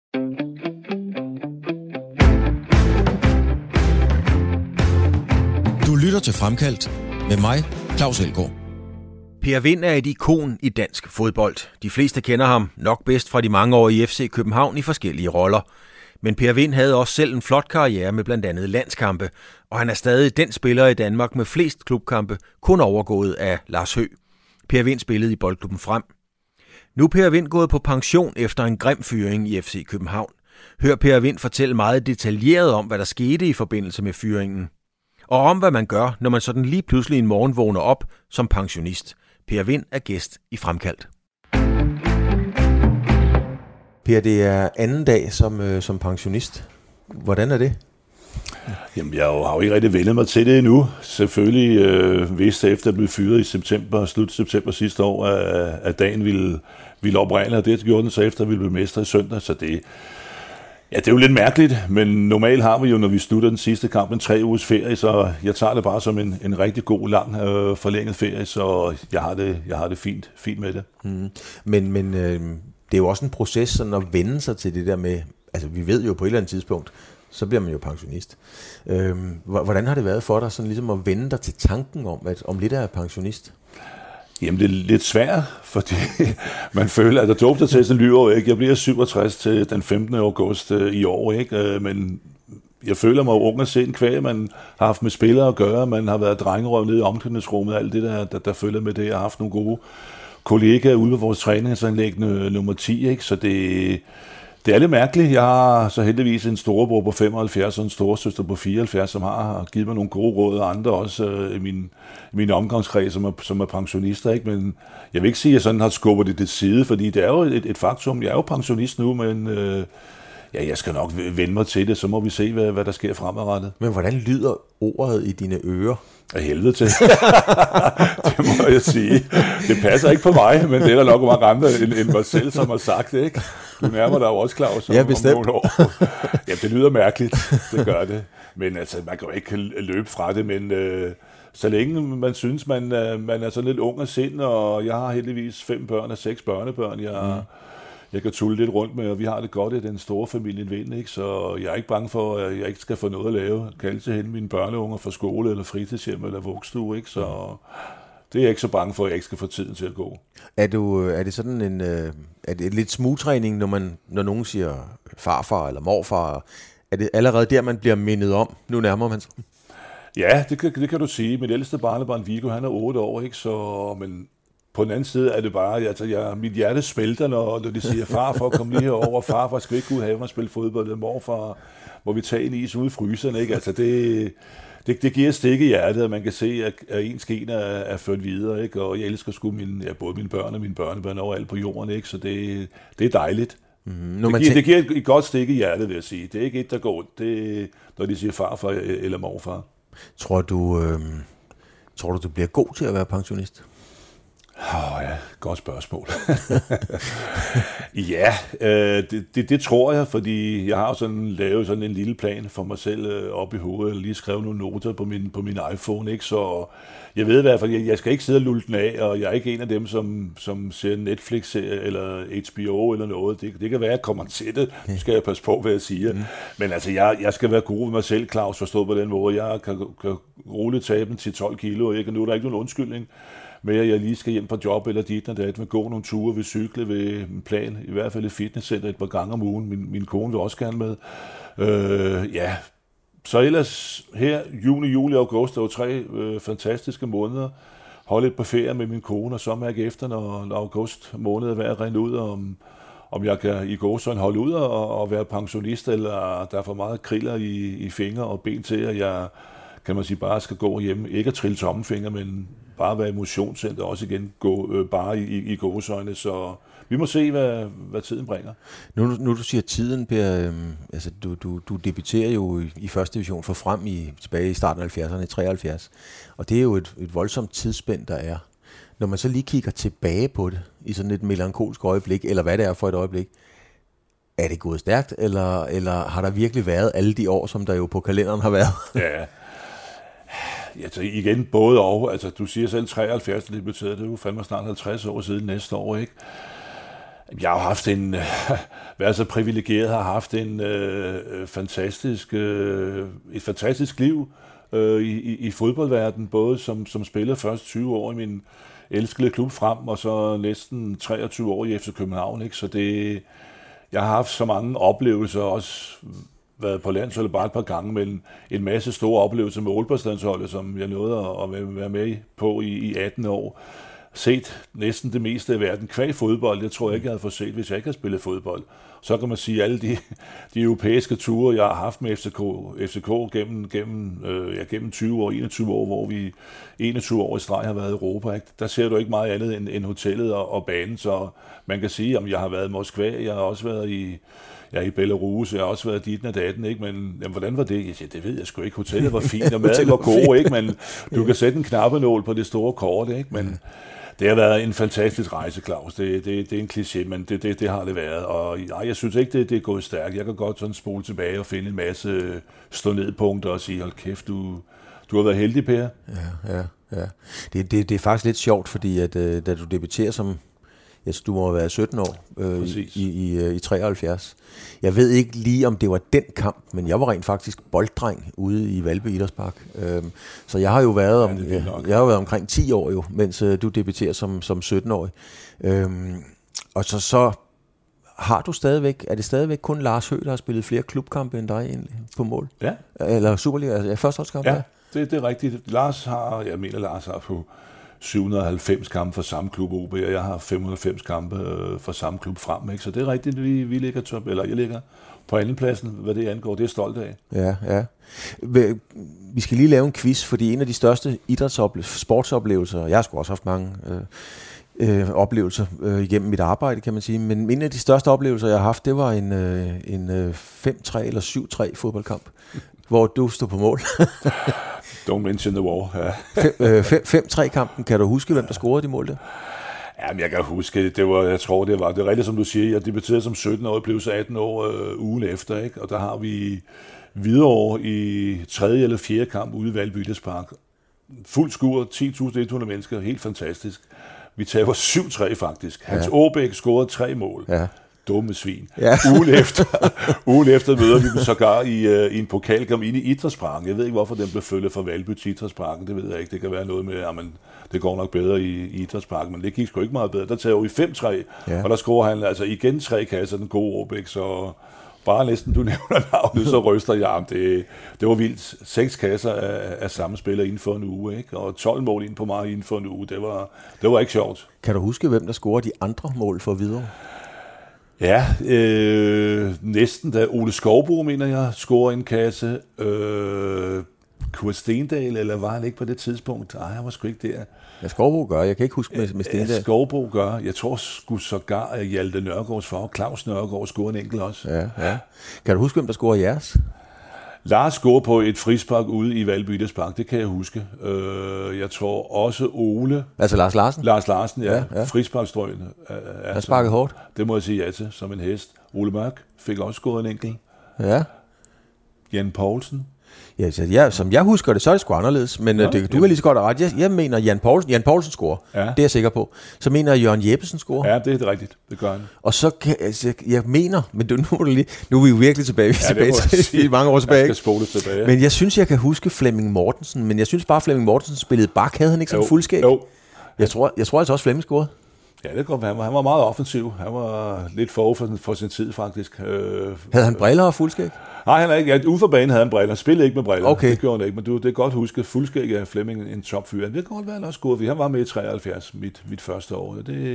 Du lytter til Fremkaldt med mig, Claus Elgaard. Per Wind er et ikon i dansk fodbold. De fleste kender ham nok bedst fra de mange år i FC København i forskellige roller. Men Per Wind havde også selv en flot karriere med blandt andet landskampe, og han er stadig den spiller i Danmark med flest klubkampe, kun overgået af Lars Høgh. Per Wind spillede i Boldklubben Frem. Nu er Per Wind gået på pension efter en grim fyring i FC København. Hør Per Wind fortælle meget detaljeret om, hvad der skete i forbindelse med fyringen. Og om hvad man gør, når man sådan lige pludselig en morgen vågner op som pensionist. Per Wind er gæst i Fremkaldt. Per, det er anden dag som pensionist. Hvordan er det? Jamen, jeg har jo ikke rigtig vendt mig til det endnu. Selvfølgelig vidste efter at blive fyret i slut september sidste år, at dagen ville oprinde, og det gjorde den så efter, at vi blev mestre i søndag. Så det er jo lidt mærkeligt, men normalt har vi jo, når vi slutter den sidste kamp, en 3 ugers ferie, så jeg tager det bare som en rigtig god, lang, forlænget ferie, så jeg har det fint med det. Men det er jo også en proces sådan at vende sig til det der med, altså vi ved jo på et eller andet tidspunkt, så bliver man jo pensionist. Hvordan har det været for dig sådan ligesom at vende dig til tanken om, at om lidt er jeg pensionist? Jamen, det er lidt svært, fordi man føler, at der dåbsattesten lyver ikke. Jeg bliver 67 til den 15. august i år, ikke? Men jeg føler mig ung og sind kvæg. Man har haft med spillere at gøre, man har været drengerøv nede i omklædningsrummet, alt det der følger med det. Jeg har haft nogle gode kollegaer ude på vores træningsanlæg nummer 10, ikke? Så det er lidt mærkeligt. Jeg har så heldigvis en storebror på 75 og en storesøster på 74, som har givet mig nogle gode råd, og andre også i min omgangskreds, som er pensionister. Ikke? Men jeg vil ikke sige, at jeg sådan har skubbet det til side, fordi det er jo et faktum. Jeg er jo pensionist nu, men jeg skal nok vende mig til det, så må vi se, hvad der sker fremadrettet. Men hvordan lyder ordet i dine ører? Af helvede til. Det må jeg sige. Det passer ikke på mig, men det er der nok mange andre end mig selv, som har sagt det, ikke? Du nærmer dig jo også, Claus, ja, bestemt. Om nogle år. Ja, det lyder mærkeligt, det gør det. Men altså, man kan jo ikke løbe fra det, men så længe man synes, man er så lidt ung og sind, og jeg har heldigvis 5 børn og 6 børnebørn, jeg kan tulle lidt rundt med, og vi har det godt i den store familien Vind, ikke? Så jeg er ikke bange for, at jeg ikke skal få noget at lave. Jeg kan altid hente mine børneunger fra skole, eller fritidshjem, eller vugstue, ikke? Så det er jeg ikke så bange for, at jeg ikke skal få tiden til at gå. Er det sådan er det lidt smugtræning, når nogen siger farfar eller morfar? Er det allerede der, man bliver mindet om? Nu nærmer man sig. Ja, det kan du sige. Mit ældste barnebarn Viggo, han er 8 år, ikke? Så, men på den anden side er det bare, altså mit hjerte spælter, når de siger, farfar, kom lige herover, farfar skal ikke ud have og spille fodbold, eller morfar, hvor vi tager en is ude i fryseren, ikke? Altså det giver stik i hjertet, at man kan se, at ens gener er ført videre, ikke? Og jeg elsker sgu både mine børn og mine børnebørn overalt på jorden, ikke? Så det er dejligt. Det giver et godt stik i hjertet, vil jeg sige. Det er ikke et, der går ondt, det når de siger farfar eller morfar. Tror du, du bliver god til at være pensionist? Ja, godt spørgsmål. Ja, det tror jeg, fordi jeg har lavet sådan en lille plan for mig selv op i hovedet, og lige skrevet nogle noter på min iPhone, ikke? Så jeg ved i hvert fald, jeg skal ikke sidde og lulle den af, og jeg er ikke en af dem, som ser Netflix eller HBO eller noget. Det kan være, at jeg kommer til det. Nu skal jeg passe på, hvad jeg siger. Men altså, jeg skal være god ved mig selv, Claus, forstået på den måde. Jeg kan roligt tabe til 12 kilo, ikke? Og nu er der ikke nogen undskyldning med, at jeg lige skal hjem på job eller dit og dat, vil gå nogle ture, vil cykle ved en plan, i hvert fald et fitnesscenter et par gange om ugen. Min kone vil også gerne med. Ja, så ellers her, juni, juli og august, der var 3 fantastiske måneder. Holde et par ferie med min kone, og så mærke efter, når august måned er ved at rende ud, om jeg kan i gåsøjne holde ud og være pensionist, eller der er for meget kriller i fingre og ben til, at jeg, kan man sige, bare skal gå hjemme. Ikke at trille tommelfinger, men bare være i motionscenter, også igen gå bare i gåsøjne, så vi må se, hvad tiden bringer. Nu du siger tiden, Per, altså du debuterer jo i første division for Frem tilbage i starten af 70'erne, i 73, og det er jo et voldsomt tidsspænd, der er. Når man så lige kigger tilbage på det, i sådan et melankolsk øjeblik, eller hvad det er for et øjeblik, er det gået stærkt, eller har der virkelig været alle de år, som der jo på kalenderen har været? Ja. Altså igen, både og. Altså, du siger selv 73, det debuterede, det er jo fandme snart 50 år siden næste år, ikke? Jeg har haft været så privilegeret, har haft et fantastisk liv i fodboldverdenen, både som spiller først 20 år i min elskede klub Frem, og så næsten 23 år i FC København. Ikke? Så jeg har haft så mange oplevelser, også været på landsholdet bare et par gange, men en masse store oplevelser med Aalborgslandsholdet, som jeg nåede at være med på i 18 år. Set næsten det meste af verden kvæg fodbold. Jeg tror ikke, jeg havde fået set, hvis jeg ikke havde spillet fodbold. Så kan man sige, alle de europæiske ture, jeg har haft med FCK gennem 20 år, 21 år, hvor vi 21 år i streg har været i Europa. Ikke? Der ser du ikke meget andet end hotellet og banen, så man kan sige, at jeg har været i Moskva, jeg har også været i Belarus, jeg har også været dit og datten, ikke? Men jamen, hvordan var det? Jeg siger, det ved jeg sgu ikke. Hotellet var fint, og maden var god, ikke? Men du kan sætte en knappenål på det store kort, ikke? Men det har været en fantastisk rejse, Claus. Det er en kliché, men det har det været. Og jeg synes ikke, det er gået stærkt. Jeg kan godt sådan spole tilbage og finde en masse stå-ned-punkter og sige, hold kæft, du har været heldig, Per. Ja. Det er faktisk lidt sjovt, fordi at, da du debuterer som... du må have været 17 år i 73. Jeg ved ikke lige, om det var den kamp, men jeg var rent faktisk bolddreng ude i Valby Idrætspark. Så jeg har jo været omkring 10 år jo, mens du debuterer som 17-årig. Og så har du stadigvæk, er det stadigvæk kun Lars Høgh, der har spillet flere klubkampe end dig egentlig på mål? Ja. Eller Superliga, altså førsteholdskampe? Ja, det er rigtigt. Lars har på 790 kampe for samme klub OB, og jeg har 590 kampe for samme klub Frem, ikke? Så det er rigtigt, vi ligger top, eller jeg ligger på andenpladsen, hvad det angår. Det er jeg stolt af. Ja. Vi skal lige lave en quiz, fordi en af de største sportsoplevelser, jeg har sgu også haft mange oplevelser igennem mit arbejde, kan man sige, men en af de største oplevelser, jeg har haft, det var en 5-3 eller 7-3 fodboldkamp, hvor du stod på mål. Don't mention the war. Ja. 5-3-kampen, kan du huske, hvem der scorede de mål der? Jamen, jeg kan huske, det var rigtigt, som du siger, jeg debuterede som 17 år, og blev så 18 år ugen efter, ikke? Og der har vi Hvidovre i 3. eller 4. kamp ude i Valby Idrætspark. Fuld skur, 10.100 mennesker, helt fantastisk. Vi taber 7-3 faktisk. Hans Aabæk scorede 3 mål. Ja. Dumme svin. Ja. Ugen efter møder vi dem sågar i en pokalkamp inde i Idrætsparken. Jeg ved ikke, hvorfor den blev flyttet fra Valby til Idrætsparken. Det ved jeg ikke. Det kan være noget med, at det går nok bedre i Idrætsparken, men det gik sgu ikke meget bedre. Der tager vi 5-3, og der scorer han altså igen 3 kasser, den gode Aabæk, så bare næsten du nævner navnet, så ryster jeg. Det var vildt. 6 kasser af samme spiller inden for en uge, ikke? Og 12 mål inden på mig inden for en uge. Det var ikke sjovt. Kan du huske, hvem der scorer de andre mål for Hvidovre? Ja, næsten da Ole Skovbo, mener jeg, scorer en kasse. Kurt Stendal, eller var han ikke på det tidspunkt? Nej, han var sgu ikke der. Ja, Skovbo gør, jeg kan ikke huske med Stendal. Ja, Skovbo gør. Jeg tror sgu sågar, at Hjalte Nørgaards far, Claus Nørgaard, scorer en enkelt også. Ja. Kan du huske, hvem der scorer jeres? Lars scorer på et frispark ude i Valby Idrætspark, det kan jeg huske. Jeg tror også Ole... Altså Lars Larsen? Lars Larsen, ja. Frisparkstrøgene. Han sparkede hårdt? Det må jeg sige ja til, som en hest. Ole Mørk fik også scoret en enkelt. Ja. Jan Poulsen. Ja, så som jeg husker det, så er det sgu anderledes, men du kan lige så godt have ret. Jeg mener, Jan Poulsen scorer. Ja. Det er jeg sikker på. Så mener jeg, Jørgen Jeppesen scorer. Ja, det er rigtigt. Det gør han. Og så jeg mener, men nu er vi jo virkelig tilbage til mange år tilbage. Jeg skal spole tilbage. Men jeg synes, jeg kan huske Flemming Mortensen, men jeg synes bare, Flemming Mortensen spillede bak. Havde han ikke sådan fuldskæg? Jo. Jeg tror altså også, Flemming scorede. Ja, det går. Han var meget offensiv. Han var lidt for sin tid, faktisk. Havde han briller og fuldskæg? Nej, han er ikke. Ude for banen havde han briller. Han spillede ikke med briller. Okay. Det gjorde han ikke, men det er godt huske. Fuldskæg er Flemming en topfyr. Det kan godt være, han også scorede. Han var med i 73, mit første år.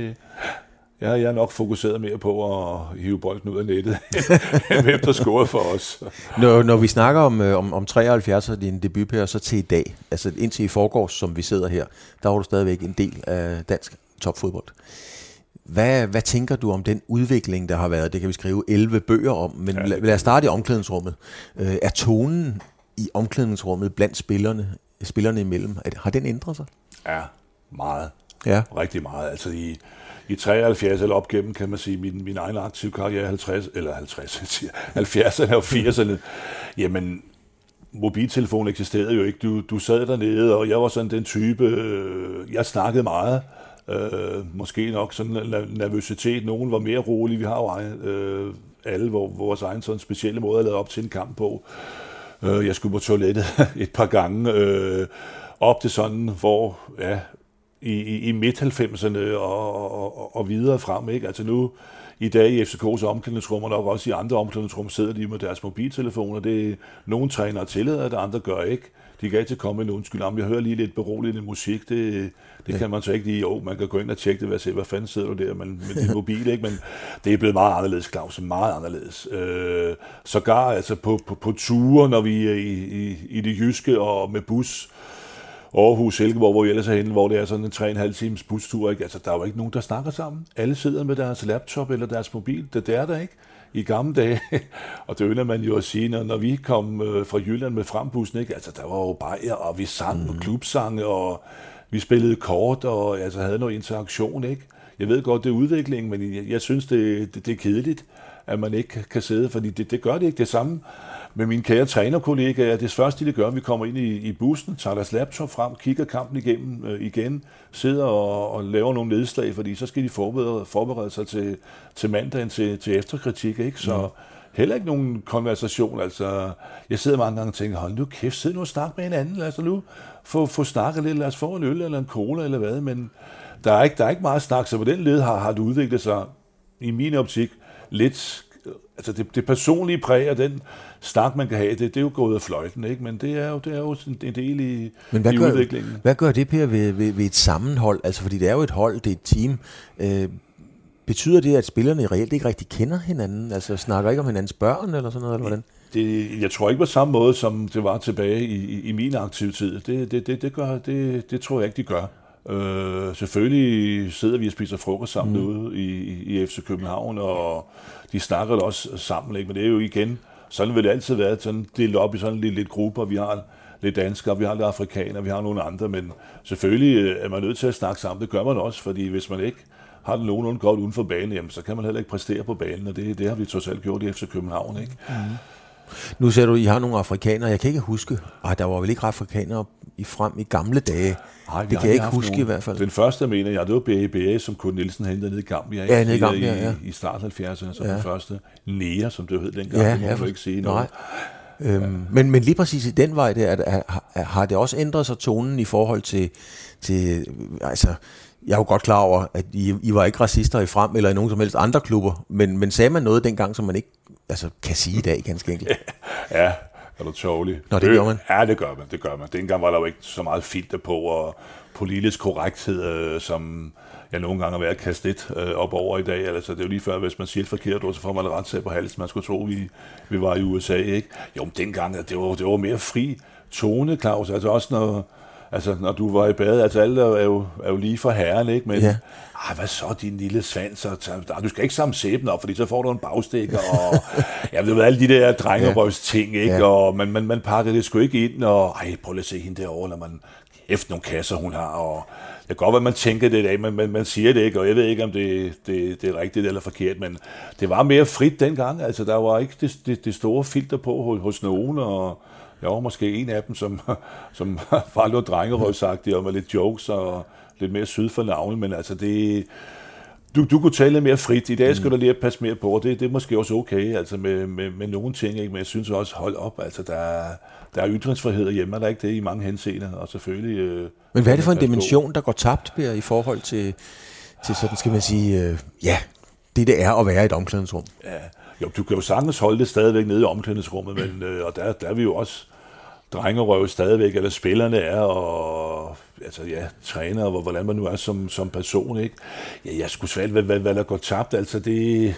Jeg er nok fokuseret mere på at hive bolden ud af nettet, end hvem der scorede for os. Når vi snakker om 73 og din debut her, så til i dag, altså indtil i forgårs, som vi sidder her, der var du stadigvæk en del af dansk topfodbold. Hvad tænker du om den udvikling, der har været? Det kan vi skrive 11 bøger om, men lad os starte i omklædningsrummet. Er tonen i omklædningsrummet blandt spillerne imellem, har den ændret sig? Ja, meget. Ja. Rigtig meget. Altså i 73 eller op gennem, kan man sige, min egen aktive karriere, 70'erne og 80'erne, jamen, mobiltelefonen eksisterede jo ikke. Du sad dernede, og jeg var sådan den type, jeg snakkede meget. Måske nok sådan en nervøsitet. Nogen var mere rolige. Vi har jo alle vores egen sådan specielle måde at lade op til en kamp på. Jeg skulle på toilettet et par gange. Op til sådan, hvor i midt-90'erne og videre frem. Ikke? Altså nu i dag i FCK's omklædningsrum, og nok også i andre omklædningsrum, sidder de med deres mobiltelefoner. Det nogle trænere tillader, det andre gør ikke. De kan ikke komme med en undskyld om, jeg hører lige lidt beroligende musik, det kan man så ikke lige, man kan gå ind og tjekke det, hvad fanden sidder du der med din mobil, ikke? Men det er blevet meget anderledes, Claus, meget anderledes. Sågar altså på ture, når vi er i det jyske og med bus, Aarhus, Silkeborg, hvor vi ellers er henne, hvor det er sådan en 3,5 times bustur, ikke? Altså, der er jo ikke nogen, der snakker sammen. Alle sidder med deres laptop eller deres mobil, det er der ikke. I gamle dage, og det ønsker man jo at sige, når vi kom fra Jylland med frembussen, ikke? Altså, der var jo bajer, og vi sang på klubsange, og vi spillede kort, og altså, havde noget interaktion, ikke? Jeg ved godt, det er udvikling, men jeg synes, det er kedeligt, at man ikke kan sidde, fordi det gør det ikke det samme. Med mine kære trænerkollegaer, det første, de gør, vi kommer ind i bussen, tager deres laptop frem, kigger kampen igennem igen, sidder og laver nogle nedslag, fordi så skal de forberede sig til mandagen til efterkritik, ikke? Så heller ikke nogen konversation. Altså, jeg sidder mange gange og tænker, hold nu kæft, sid nu og snak med hinanden, lad os nu få snakket lidt, lad os få en øl eller en cola eller hvad, men der er ikke meget snak, så på den led har det udviklet sig, i min optik, lidt. Altså det personlige præg af den snak, man kan have, det er jo gået af fløjten, ikke? Men det er jo en del i udviklingen. Hvad gør det, Per, ved et sammenhold? Altså, fordi det er jo et hold, det er et team. Betyder det, at spillerne reelt ikke rigtig kender hinanden? Altså, snakker ikke om hinandens børn eller sådan noget, eller hvordan? Jeg tror ikke på samme måde, som det var tilbage i min aktive tid. Det tror jeg ikke, de gør. Selvfølgelig sidder vi og spiser frokost sammen ude i FC København, og de snakker også sammen, ikke? Men det er jo igen, sådan vil det altid være, sådan delt op i sådan lidt grupper. Vi har lidt danskere, vi har lidt afrikanere, vi har nogle andre, men selvfølgelig er man nødt til at snakke sammen. Det gør man også, fordi hvis man ikke har det nogenlunde godt uden for banen, jamen, så kan man heller ikke præstere på banen, og det har vi trods alt gjort i FC København, ikke? Nu ser du, I har nogle afrikanere. Jeg kan ikke huske. Der var vel ikke afrikanere i gamle dage. Nej, det kan jeg ikke huske nogen. I hvert fald. Den første, mener jeg, det var BA, som Kurt Nielsen hentede ned i Gambia. Ja, ned i Gambia, i starten af 70'erne, som den første. NEA, som det hed dengang. Det må du ikke sige noget. Men lige præcis i den vej, har det også ændret sig tonen i forhold til altså, jeg er jo godt klar over, at I var ikke racister i Frem eller i nogen som helst andre klubber, men sagde man noget dengang, som man ikke kan sige i dag, ganske enkelt? Ja, er du tårlig? Nå, det gør man. Ja, det gør man. Dengang var der jo ikke så meget filter på, og politisk korrekthed, som jeg nogle gange har været kastet lidt op over i dag. Altså, det er jo lige før, hvis man siger et forkert ord, så får man retssag på halsen. Man skulle tro, vi var i USA, ikke? Jo, dengang, det var mere fri tone, Claus. Altså også når du var i bad, altså alle er jo lige for herren, ikke? Men hvad så, din lille svans? Du skal ikke samle sæben op, fordi så får du en bagstikker, og det var alle de der drengerøvs ting, ikke? Ja. Og man pakker det sgu ikke ind, og prøv lige at se hende derovre, når man efter nogle kasser, hun har, og det kan godt være, man tænker det i dag, men man siger det ikke, og jeg ved ikke, om det er rigtigt eller forkert, men det var mere frit dengang, altså der var ikke det store filter på hos nogen, og jeg var måske en af dem, som var lidt drengerøvsagtig, og med lidt jokes, og lidt mere syd for navnet, men altså det. Du kunne tale lidt mere frit. I dag skal du lige passe mere på, og det er måske også okay, altså med nogle ting, ikke? Men jeg synes også, hold op, altså der er ytringsfrihed hjemme, er der ikke det i mange henseender, og selvfølgelig. Men hvad er det for en dimension, der går tabt, Per, i forhold til sådan, skal man sige, det er at være i et omklædningsrum? Ja, jo, du kan jo sagtens holde det stadigvæk nede i omklædningsrummet, men og der er vi jo også drengerøv stadigvæk, eller spillerne er, og træner, og hvordan man nu er som person, ikke? Ja, jeg skulle svært, hvad der går tabt, altså det.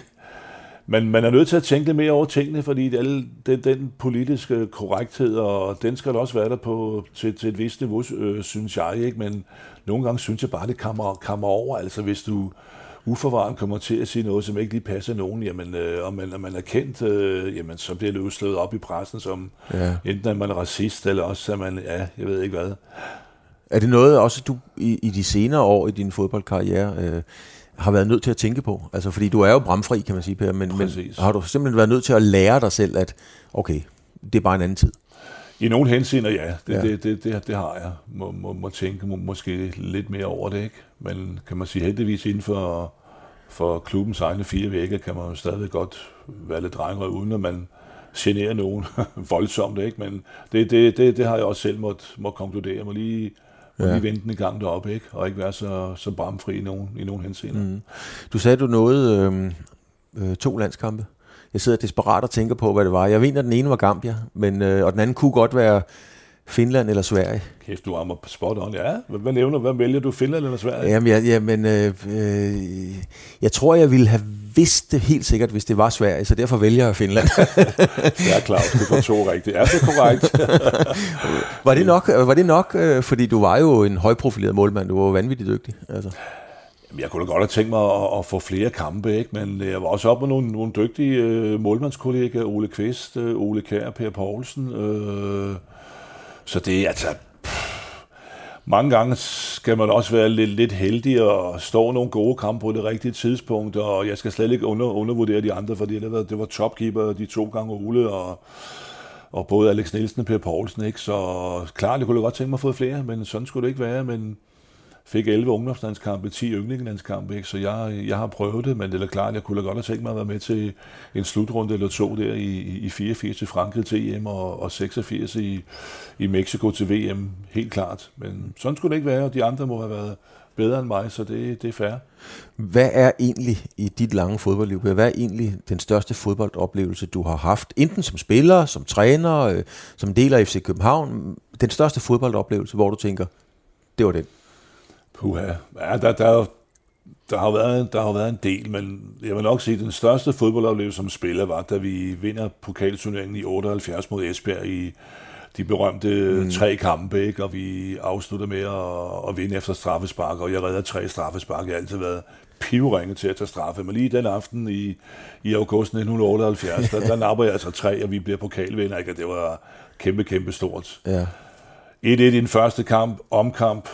Man er nødt til at tænke lidt mere over tingene, fordi den politiske korrekthed, og den skal også være der på til et vist niveau, synes jeg, ikke? Men nogle gange synes jeg bare, det kommer over, altså hvis du uforvarende kommer til at sige noget, som ikke lige passer nogen, jamen, og man er kendt, jamen, så bliver det jo slået op i pressen, som enten er man racist, eller også er man, jeg ved ikke hvad. Er det noget, også du i de senere år i din fodboldkarriere har været nødt til at tænke på? Altså, fordi du er jo bramfri, kan man sige, Per, men har du simpelthen været nødt til at lære dig selv, at okay, det er bare en anden tid? I nogle henseender, ja. Det har jeg. Må tænke måske lidt mere over det, ikke? Men kan man sige heldigvis inden for klubbens egne 4 vægge, kan man jo stadig godt være lidt drengerøv, uden at man generer nogen voldsomt, ikke? Men det har jeg også selv måtte konkludere. Jeg må lige vente en gang deroppe, ikke? Og ikke være så bramfri i nogen henseender. Mm. Du sagde, du nåede 2 landskampe. Jeg sidder desperat og tænker på, hvad det var. Jeg ved, at den ene var Gambia, og den anden kunne godt være Finland eller Sverige. Kæft, du rammer spot on. Ja, hvad vælger du, Finland eller Sverige? Jeg tror, jeg ville have vidst det helt sikkert, hvis det var Sverige, så derfor vælger jeg Finland. Det er klart, du får 2 rigtigt. Er det korrekt? Var det nok, fordi du var jo en højprofileret målmand, du var vanvittigt dygtig, altså. Jeg kunne da godt have tænkt mig at få flere kampe, ikke? Men jeg var også oppe med nogle dygtige målmandskollegaer, Ole Kvist, Ole Kjær, Per Poulsen. Så det er altså... Mange gange skal man også være lidt heldig og stå nogle gode kampe på det rigtige tidspunkt, og jeg skal slet ikke undervurdere de andre, fordi det var topkeeper de 2 gange Ole, og både Alex Nielsen og Per Poulsen, ikke? Så klart, jeg kunne da godt tænke mig at få flere, men sådan skulle det ikke være, men fik 11 ungdomslandskampe, 10 yndlingelandskampe, ikke? Så jeg har prøvet det, men det er klart, jeg kunne da godt have tænkt mig at være med til en slutrunde eller 2 der i 84 til Frankrig til EM og 86 i Mexico til VM, helt klart. Men sådan skulle det ikke være, og de andre må have været bedre end mig, så det er fair. Hvad er egentlig i dit lange fodboldliv, hvad er egentlig den største fodboldoplevelse, du har haft? Enten som spiller, som træner, som del af FC København. Den største fodboldoplevelse, hvor du tænker, det var den. Puha. Ja, der har været en del, men jeg vil nok sige, at den største fodboldoplevelse som spiller var, da vi vinder pokalturneringen i 78 mod Esbjerg i de berømte 3 kampe, ikke? Og vi afslutter med at vinde efter straffespark, og jeg redder 3 straffespark. Jeg har altid været pivringe til at tage straffe, men lige den aften i august 1978, der napper jeg altså 3, og vi bliver pokalvinder, ikke? Og det var kæmpe stort. Ja. 1-1 i den første kamp, omkamp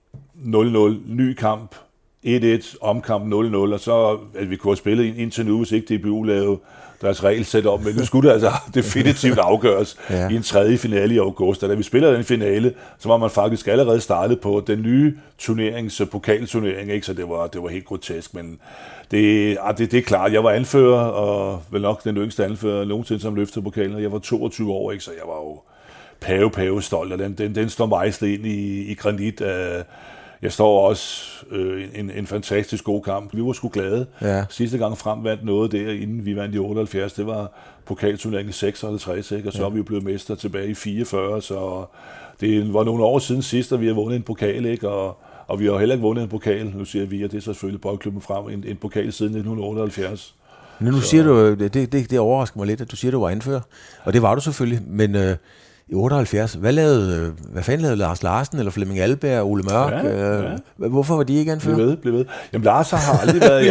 0-0, ny kamp, 1-1, omkamp 0-0, og så at vi kunne have spillet indtil nu, hvis ikke DBU lavede deres regelsæt om, men nu skulle det altså definitivt afgøres i en 3. finale i august. Og da vi spiller den finale, så var man faktisk allerede startet på den nye pokalturnering, ikke? Så det var helt grotesk, men det er klart, jeg var anfører, og vel nok den yngste anfører nogensinde, som løftede pokalen, og jeg var 22 år, ikke? Så jeg var jo pave stolt, og den står mejslet ind i granit. Jeg står også en fantastisk god kamp. Vi var sgu glade. Ja. Sidste gang frem vandt noget der, inden vi vandt i 78. Det var pokalturneringen i 56, ikke? Og så er vi jo blevet mester tilbage i 44, så det var nogle år siden sidst, at vi har vundet en pokal, ikke? Og vi har heller ikke vundet en pokal, nu siger vi, og det er så selvfølgelig Boldklubben frem, en pokal siden 1978. Men nu siger du, det overrasker mig lidt, at du siger, at du var anfører, og det var du selvfølgelig, men i 78, hvad fanden lavede Lars Larsen, eller Flemming Alberg, Ole Mørk? Ja. Hvorfor var de ikke anfører? Bliv ved. Jamen Lars har aldrig været,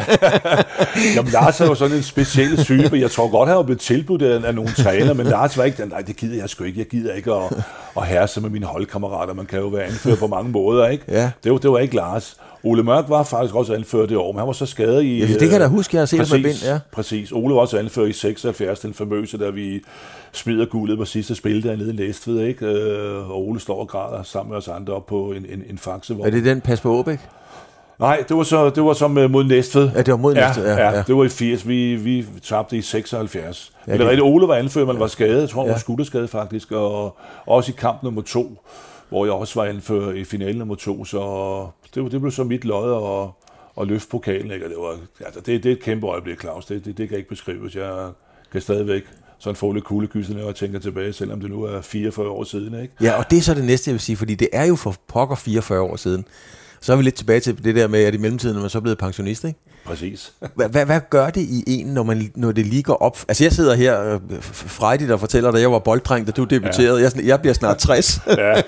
Jamen Lars er jo sådan en speciel type. Jeg tror godt, han var blevet tilbudt af nogle træner, men Lars var ikke, nej, det gider jeg sgu ikke. Jeg gider ikke at herse med mine holdkammerater. Man kan jo være anfører på mange måder, ikke? Ja. Det var ikke Lars. Ole Mørk var faktisk også anført det år, men han var så skadet i... Ja, det kan jeg da huske, jeg har set det med bind, ja. Præcis. Ole var også anført i 76, den famøse, da vi smider guldet på sidste spil dernede i Næstved, ikke? Og Ole står og græder sammen med os andre op på en faxevogn. Er det den pas på Åbæk? Nej, det var så mod Næstved. Ja, det var mod Næstved, ja. Det var i 80. Vi tabte i 76. Ja, eller rigtigt, Ole var anført, man var skadet. Jeg tror, han var skulderskadet faktisk. Og også i kamp nummer 2, hvor jeg også var anført i finalen nummer 2. Så det blev så mit lod at løfte pokalen. Ikke? Og det er et kæmpe øjeblik, Claus. Det kan ikke beskrives. Jeg kan stadigvæk sådan få lidt kuldegysser, når jeg tænker tilbage, selvom det nu er 44 år siden. Ikke? Ja, og det er så det næste, jeg vil sige, fordi det er jo for pokker 44 år siden. Så er vi lidt tilbage til det der med, at i mellemtiden, når man så er blevet pensionist, ikke? Præcis. Hvad gør det i en, når det lige går op? Altså, jeg sidder her frejdigt og fortæller dig, at jeg var bolddreng, da du debuterede. Ja. Jeg bliver snart 60. Ja,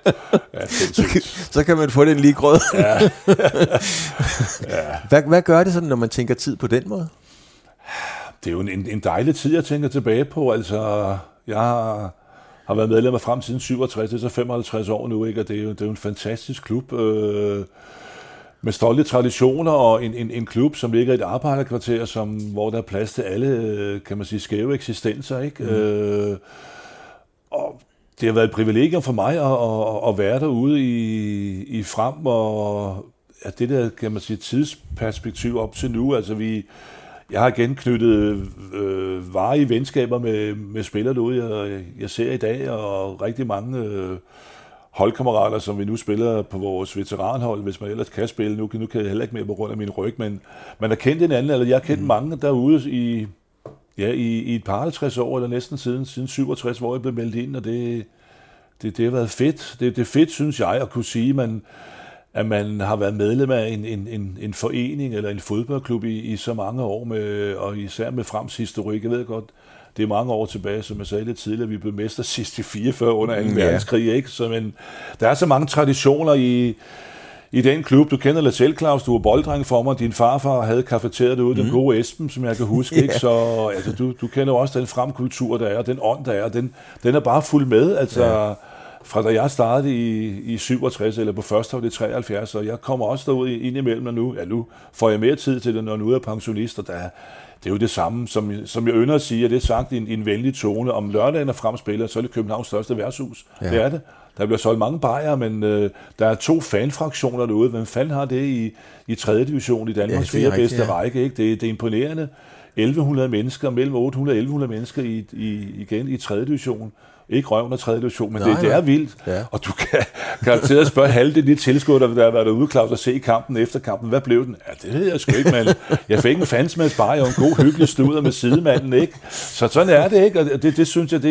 så kan man få den lige grød. Ja. Hvad gør det sådan, når man tænker tid på den måde? Det er jo en dejlig tid, jeg tænker tilbage på. Altså, jeg har været medlem af frem siden 67, det er så 55 år nu, ikke? Og det er jo en fantastisk klub med stolte traditioner, og en klub, som ligger i et arbejderkvarter, hvor der er plads til alle, kan man sige, skæve eksistenser, ikke? Og det har været et privilegium for mig at være derude i frem, og at det der, kan man sige, tidsperspektiv op til nu. Altså jeg har igen knyttet varige venskaber med spillere derude, jeg ser i dag, og rigtig mange holdkammerater, som vi nu spiller på vores veteranhold, hvis man ellers kan spille. Nu kan jeg heller ikke mere på grund af min ryg, men man har kendt hinanden, eller jeg har kendt mange derude i et par 50 år, eller næsten siden 67, hvor jeg blev meldt ind, og det har været fedt. Det er fedt, synes jeg, at kunne sige, at man har været medlem af en forening eller en fodboldklub i så mange år, og især med Frems historik. Jeg ved godt, det er mange år tilbage, som jeg sagde lidt tidligere, vi blev mester sidst i 44 under 2. verdenskrig, ikke? Men der er så mange traditioner i den klub. Du kender lidt selv, Claus, du var bolddreng for mig, din farfar havde kafeteret derude, den gode Esben, som jeg kan huske, ikke? Så altså, du kender jo også den fremkultur, der er, den ånd, der er, den er bare fuld med, altså fra da jeg startede i 67, eller på første år i 73, og jeg kommer også derud ind imellem, og nu får jeg mere tid til det, når nu er pensionist, og det er jo det samme, som jeg ynder at sige, og det er sagt i en venlig tone. Om lørdagen er fremspiller, så er det Københavns største værtshus. Ja. Det er det. Der bliver solgt mange bajer, men der er 2 fanfraktioner derude. Hvem fanden har det i 3. division i Danmarks 4. bedste række? Ikke? Det er imponerende. 1100 mennesker, mellem 800 og 1100 mennesker igen i 3. division. Ikke røven af 3. division, men det er vildt. Ja. Og du kan garanteret spørge halvdelen af de tilskuere, der har været derude, Claus, og se kampen efter kampen. Hvad blev den? Ja, det ved jeg sgu ikke, men jeg fik en fansmads bare, og en god, hyggelig sludder med sidemanden, ikke? Så sådan er det, ikke? Og det synes jeg,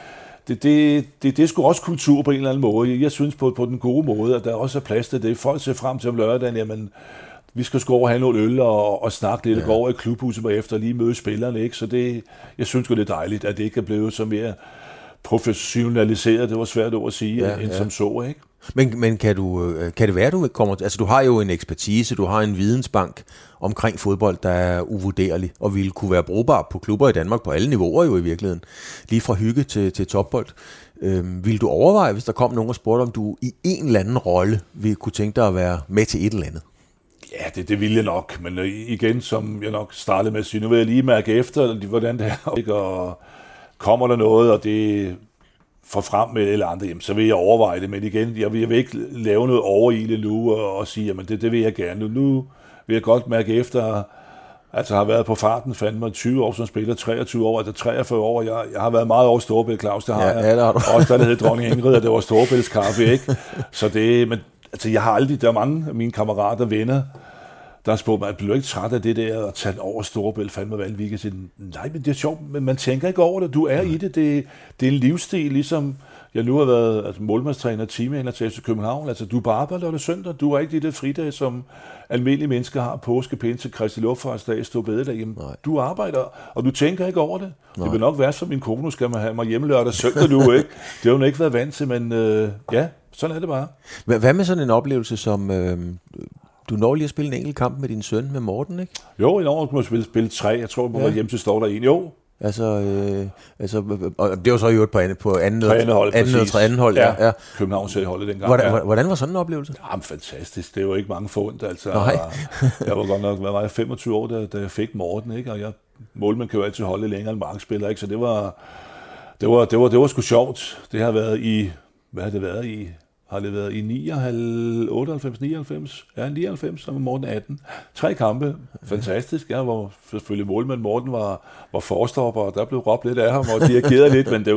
det er sgu også kultur på en eller anden måde. Jeg synes på den gode måde, at der også er plads til det. Folk ser frem til om lørdagen, jamen, vi skal sgu over og have noget øl og snakke lidt, gå over i klubhuset bagefter og lige møde spillerne, ikke? Så jeg synes sgu, det er dejligt, at det ikke er blevet så mere professionaliseret, det var svært at sige, end som så, ikke? Men kan det være, du kommer... Altså, du har jo en ekspertise, du har en vidensbank omkring fodbold, der er uvurderlig, og ville kunne være brugbar på klubber i Danmark på alle niveauer jo i virkeligheden. Lige fra hygge til topbold. Vil du overveje, hvis der kom nogen og spurgte, om du i en eller anden rolle ville kunne tænke dig at være med til et eller andet? Ja, det vil jeg nok, men igen, som jeg nok startede med at sige, nu vil jeg lige mærke efter, hvordan det er, og kommer der noget, og det får frem med eller andre, jamen, så vil jeg overveje det, men igen, jeg vil ikke lave noget overilet nu og sige, jamen det vil jeg gerne. Nu vil jeg godt mærke efter, altså har været på farten, fandt mig 20 år som spiller, 23 år, altså 43 år, jeg har været meget over Storebælt, Claus, det har jeg. Ja, det har du. Også der hed Dronning Ingrid, og det var Storebælts kaffe, ikke? Så men altså jeg har aldrig, der er mange af mine kammerater, venner, der har spurgt mig, bliver du ikke træt af det der at tage over Storebælt, fandme Valvik, og sige, nej, men det er sjovt, men man tænker ikke over det, du er i det, det er en livsstil, ligesom jeg nu har været målmandstræner og teamhænder til FC København, altså du er på arbejde lørdag søndag, du er ikke de der fridage, som almindelige mennesker har, påske, pinse, Kristi Luftfartsdag, stå bededag hjemme. Du arbejder, og du tænker ikke over det. Nej. Det vil nok være som min kone, skal man have mig hjemme lørdag søndag nu, ikke? Det har hun ikke været vant til, men sådan er det bare. Hvad med sådan en oplevelse som... Du når lige at spille en enkelt kamp med din søn, med Morten, ikke? Jo, i år kunne man spille 3. Jeg tror, på hjem til står der en. Jo. Altså, og det var så jo på anden hold. Ja. Københavns holdet dengang. Hvordan var sådan en oplevelse? Jamen, fantastisk. Det var ikke mange forundt. Altså, jeg var godt nok, hvad var jeg, 25 år, da jeg fik Morten, ikke? Og målmand kan jo altid holde længere end markspiller, ikke? Så det var sgu sjovt. Det har været i, hvad har det været i? Har det været i 98, 99? Ja, 99, så var Morten 18. 3 kampe. Fantastisk. Jeg var selvfølgelig målmand. Morten var forstopper, og der blev råbt lidt af ham og dirigeret lidt, men det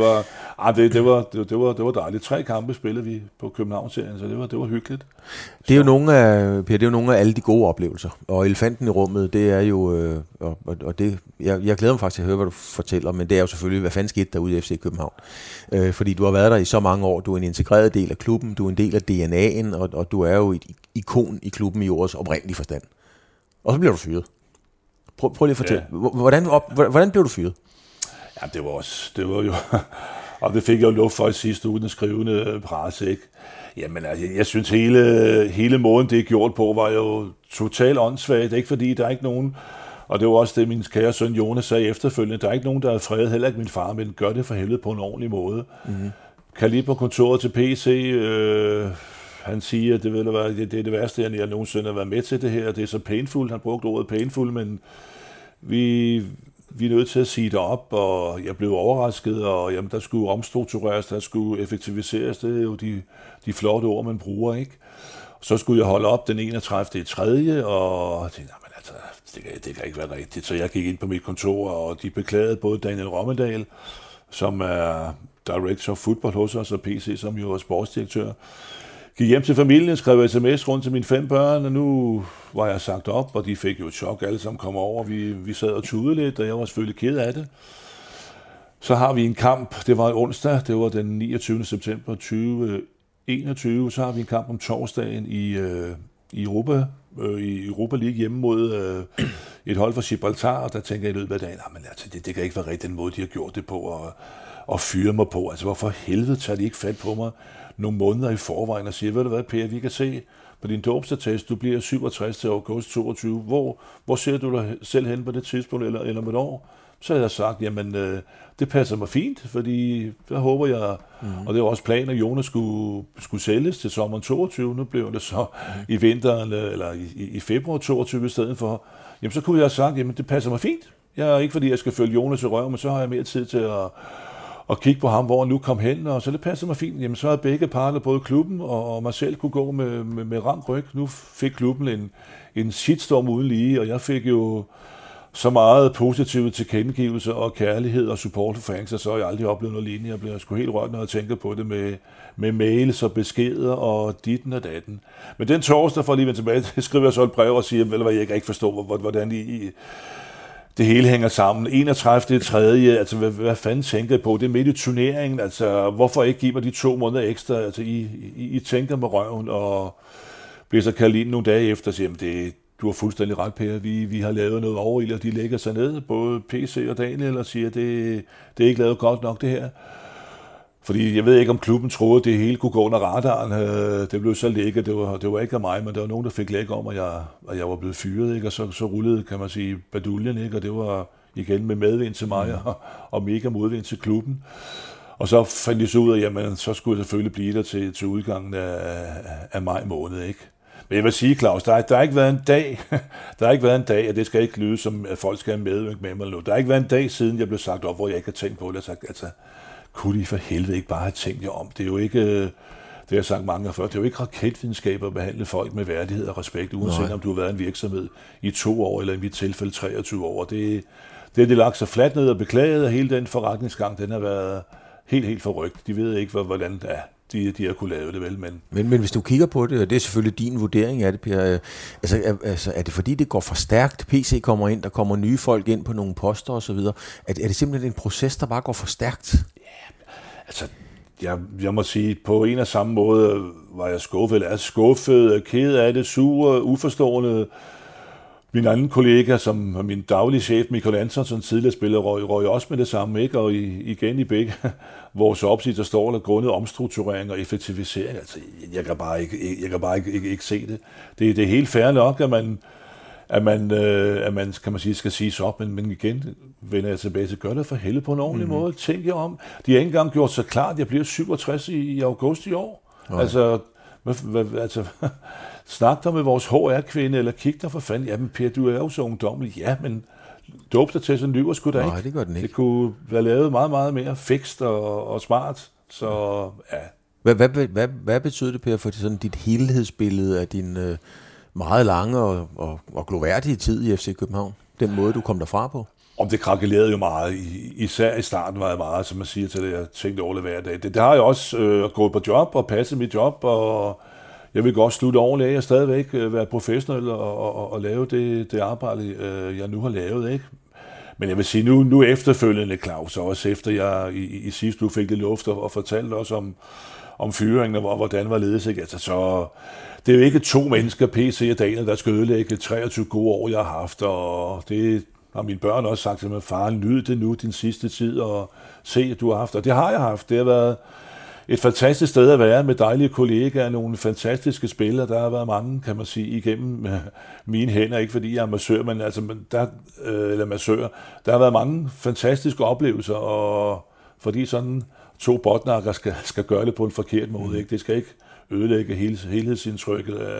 var dejligt. 3 kampe spillede vi på Københavnsserien, så det var hyggeligt. Det er jo nogle af alle de gode oplevelser. Og elefanten i rummet, det er jo... og det, jeg glæder mig faktisk til at høre, hvad du fortæller, men det er jo selvfølgelig, hvad fanden skete derude i FC København. Fordi du har været der i så mange år. Du er en integreret del af klubben, du er en del af DNA'en, og du er jo et ikon i klubben i ordets oprindelige forstand. Og så bliver du fyret. Prøv lige at fortælle. Ja. Hvordan blev du fyret? Ja, det var jo... og det fik jeg jo luft for i sidste uge, den skrivende presse, ikke? Jamen, altså, jeg synes, hele måden, det er gjort på, var jo totalt åndssvagt. Ikke fordi der er ikke nogen... Og det var også det, min kære søn Jonas sagde efterfølgende. Der er ikke nogen, der er fredet, heller ikke min far, men gør det for helvede på en ordentlig måde. Mm-hmm. Kan lige på kontoret til PC... han siger, at det er det værste, jeg nogensinde har været med til det her. Det er så painful, han brugte ordet painful, men vi vi er nødt til at sige det op, og jeg blev overrasket, og jamen, der skulle omstruktureres, der skulle effektiviseres, det er jo de flotte ord, man bruger, ikke? Så skulle jeg holde op den 31. i 3. og jeg tænkte, men altså, det kan ikke være rigtigt. Så jeg gik ind på mit kontor, og de beklagede både Daniel Rommedal, som er director of football hos os, og PC, som jo er sportsdirektør. Gik hjem til familien, skrev sms rundt til mine 5 børn, og nu var jeg sagt op, og de fik jo et chok, alle sammen kom over. Vi sad og tudede lidt, og jeg var selvfølgelig ked af det. Så har vi en kamp, det var onsdag, det var den 29. september 2021, så har vi en kamp om torsdagen i Europa League hjemme mod et hold fra Gibraltar, og der tænker jeg i løbet af dagen, men altså, det kan ikke være rigtig den måde, de har gjort det på, og fyre mig på. Altså, hvorfor helvede tager de ikke fat på mig nogle måneder i forvejen og siger, ved du hvad, Per, vi kan se på din dåbsattest, du bliver 67 til august 22. Hvor ser du dig selv hen på det tidspunkt, eller om et år? Så havde jeg sagt, jamen, det passer mig fint, fordi der håber jeg, og det var også planen, at Jonas skulle sælges til sommeren 22. Nu blev det så i vinteren, eller i februar 22 i stedet for. Jamen, så kunne jeg have sagt, jamen, det passer mig fint. Jeg er ikke, fordi jeg skal følge Jonas i røven, men så har jeg mere tid til at kigge på ham, hvor han nu kom hen, og så det passer mig fint. Jamen, så har begge parter, både klubben og mig selv, kunne gå med rank ryg. Nu fik klubben en shitstorm uden lige, og jeg fik jo så meget positive tilkendegivelser og kærlighed og support for fans, så har jeg aldrig oplevet noget lignende. Jeg bliver sgu helt rørt, når jeg tænker på det med mails og beskeder og ditten og datten. Men den torsdag, for at lige vende tilbage, skriver jeg så et brev og siger, hvad jeg kan ikke forstå, hvordan det hele hænger sammen. 31. 3. Altså, hvad fanden tænker I på? Det er midt i turneringen. Altså, hvorfor ikke give mig de 2 måneder ekstra? Altså, I tænker med røven, og bliver så kaldt ind nogle dage efter, og siger, du har fuldstændig ret, Per. Vi har lavet noget over, og de lægger sig ned, både PC og Daniel, og siger, det er ikke lavet godt nok, det her. Fordi jeg ved ikke, om klubben troede, at det hele kunne gå under radaren. Det blev så lækket. Det var ikke af mig, men der var nogen, der fik læk om, at jeg var blevet fyret, ikke? Og så rullede, kan man sige, baduljen, ikke? Og det var igen med medvind til mig og mega modvind til klubben. Og så fandt de så ud af, jamen, så skulle jeg selvfølgelig blive der til udgangen af maj måned, ikke? Men jeg vil sige, Claus, der har ikke været en dag, og det skal ikke lyde som, at folk skal have medvirke med mig. Der har ikke været en dag siden, jeg blev sagt op, hvor jeg ikke har tænkt på det. Jeg har sagt, altså, kunne I for helvede ikke bare have tænkt jer om? Det er jo ikke, det har jeg sagt mange gange før, det er jo ikke raketvidenskab at behandle folk med værdighed og respekt, uanset om du har været en virksomhed i 2 år, eller i mit tilfælde 23 år. Det lagt sig fladt ned og beklaget, og hele den forretningsgang, den har været helt forrygt. De ved ikke, hvordan de har kunne lave det, vel. Men hvis du kigger på det, og det er selvfølgelig din vurdering af det, Per, altså er det fordi, det går for stærkt? PC kommer ind, der kommer nye folk ind på nogle poster osv. Er det simpelthen en proces, der bare går for stærkt? Ja, altså, jeg må sige, på en og samme måde var jeg skuffet, ked af det, sur, uforstående. Min anden kollega, som min daglige chef, Michael Antonsen, tidligere spiller, røg også med det samme, ikke? Og igen i begge vores opsigter står der grundet omstrukturering og effektivisering. Altså, jeg kan bare ikke se det. Det er helt fair nok, at man kan man sige, skal siges op, men igen vender jeg tilbage til, gør det for helvede på en ordentlig måde. Tænk jer om. De har ikke engang gjort så klart, at jeg bliver 67 i august i år. Okay. Altså, snak der med vores HR-kvinde, eller kig der for fanden. Jamen Per, du er jo så ungdommelig. Ja, men dåb dig til, så lyver sgu da ikke. Nej, det gør den ikke. Det kunne være lavet meget, meget mere fikst og smart. Så ja. Hvad betyder det, Per, for sådan dit helhedsbillede af din meget lange og gloværdige tid i FC København? Den måde, du kom derfra på? Om det krakelerede jo meget. Især i starten var jeg meget, som man siger til det, jeg tænkte over det hver dag. Det har jeg også gået på job og passet mit job, og jeg vil godt slutte ordentligt af og stadigvæk være professionel og lave det arbejde, jeg nu har lavet, ikke? Men jeg vil sige, nu efterfølgende, Claus, også efter jeg i sidste uge fik det luft og fortalte også om fyringen og hvordan var ledes, ikke? Altså, så det er jo ikke 2 mennesker, PC og Daniel, der skal ødelægge 23 gode år, jeg har haft, og det har mine børn også sagt til mig, far, nyd det nu din sidste tid, og se, at du har haft, og det har jeg haft. Det har været et fantastisk sted at være med dejlige kollegaer, nogle fantastiske spillere. Der har været mange, kan man sige, igennem mine hænder, ikke fordi jeg er massør, men altså, massør. Der har været mange fantastiske oplevelser, og fordi sådan 2 botnakker skal gøre det på en forkert måde, ikke? Det skal ikke ødelægge helhedsindtrykket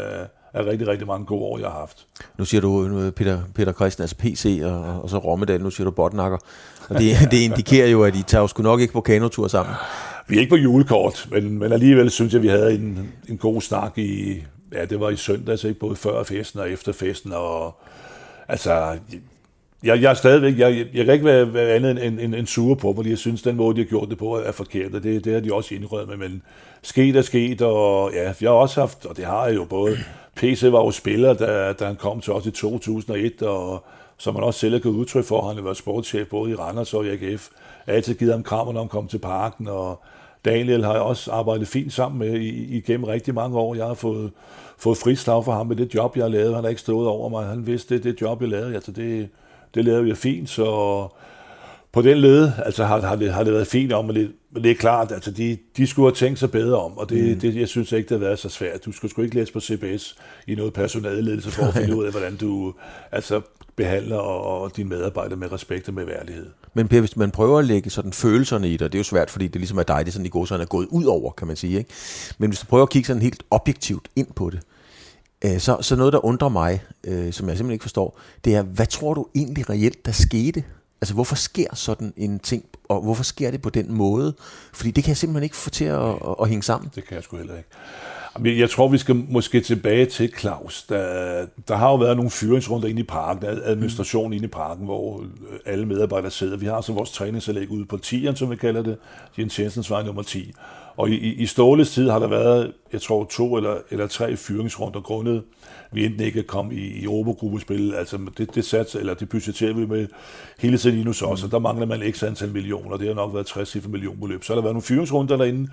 rigtig, rigtig mange gode år, jeg har haft. Nu siger du Peter Christen, altså PC, og så Rommedal, nu siger du Botnakker. Og det indikerer jo, at I tager jo sgu nok ikke på kanotur sammen. Vi er ikke på julekort, men alligevel synes jeg, vi havde en god snak det var i søndags, ikke? Både før festen og efter festen, og altså... Jeg er stadigvæk, jeg kan ikke være andet end en sure på, fordi jeg synes, den måde, de har gjort det på, er forkert, og det har de også indrømmet, men sket er sket, og ja, jeg har også haft, og det har jeg jo både, PC var jo spiller, da han kom til os i 2001, og som man også selv har givet udtryk for, han har været sportschef både i Randers og i AGF, jeg har altid givet ham krammer, når han kom til parken, og Daniel har jeg også arbejdet fint sammen med igennem rigtig mange år. Jeg har fået frislag for ham med det job, jeg har lavet. Han har ikke stået over mig. Han vidste, det job, jeg lavede. Altså, det lavede jeg fint, så på den led altså, har det været fint om, men det er klart, altså, de skulle have tænkt sig bedre om, og det jeg synes ikke, det har været så svært. Du skulle sgu ikke læse på CBS i noget personaleledelse for at finde ud af, hvordan du altså, behandler og dine medarbejdere med respekt og med værdighed. Men Per, hvis man prøver at lægge sådan følelserne i det, det er jo svært, fordi det ligesom er dig, det sådan i går sådan er gået ud over, kan man sige, ikke? Men hvis du prøver at kigge sådan helt objektivt ind på det, så noget, der undrer mig, som jeg simpelthen ikke forstår, det er, hvad tror du egentlig reelt, der skete? Altså, hvorfor sker sådan en ting, og hvorfor sker det på den måde? Fordi det kan jeg simpelthen ikke få til at hænge sammen. Det kan jeg sgu heller ikke. Jeg tror, vi skal måske tilbage til Claus. Der har jo været nogle fyringsrunder inde i parken, administration inde i parken, hvor alle medarbejdere sidder. Vi har så vores træningsanlæg ude på 10'eren, som vi kalder det, Jens Jensens vej nummer 10. Og i Ståles tid har der været, jeg tror, 2 eller 3 fyringsrunder grundet. Vi enten ikke kom i Eurogruppespil, altså det budgetterer vi med hele tiden i hos os, og der mangler man x antal millioner, det har nok været 60 millionbeløb. Så har der været nogle fyringsrunder derinde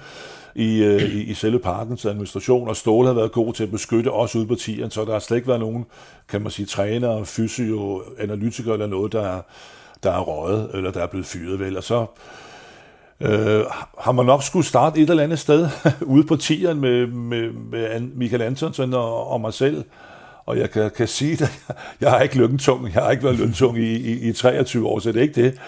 i selve parkens administration, og Ståle har været god til at beskytte os ude på 10'eren, så der har slet ikke været nogen, kan man sige, trænere, fysio, analytikere eller noget, der er røget, eller der er blevet fyret vel, og så har man nok skulle starte et eller andet sted ude på 10'eren med Michael Antonsen og mig selv. Og jeg kan sige, at jeg har ikke løntung. Jeg har ikke været løntung i 23 år, så det er ikke det,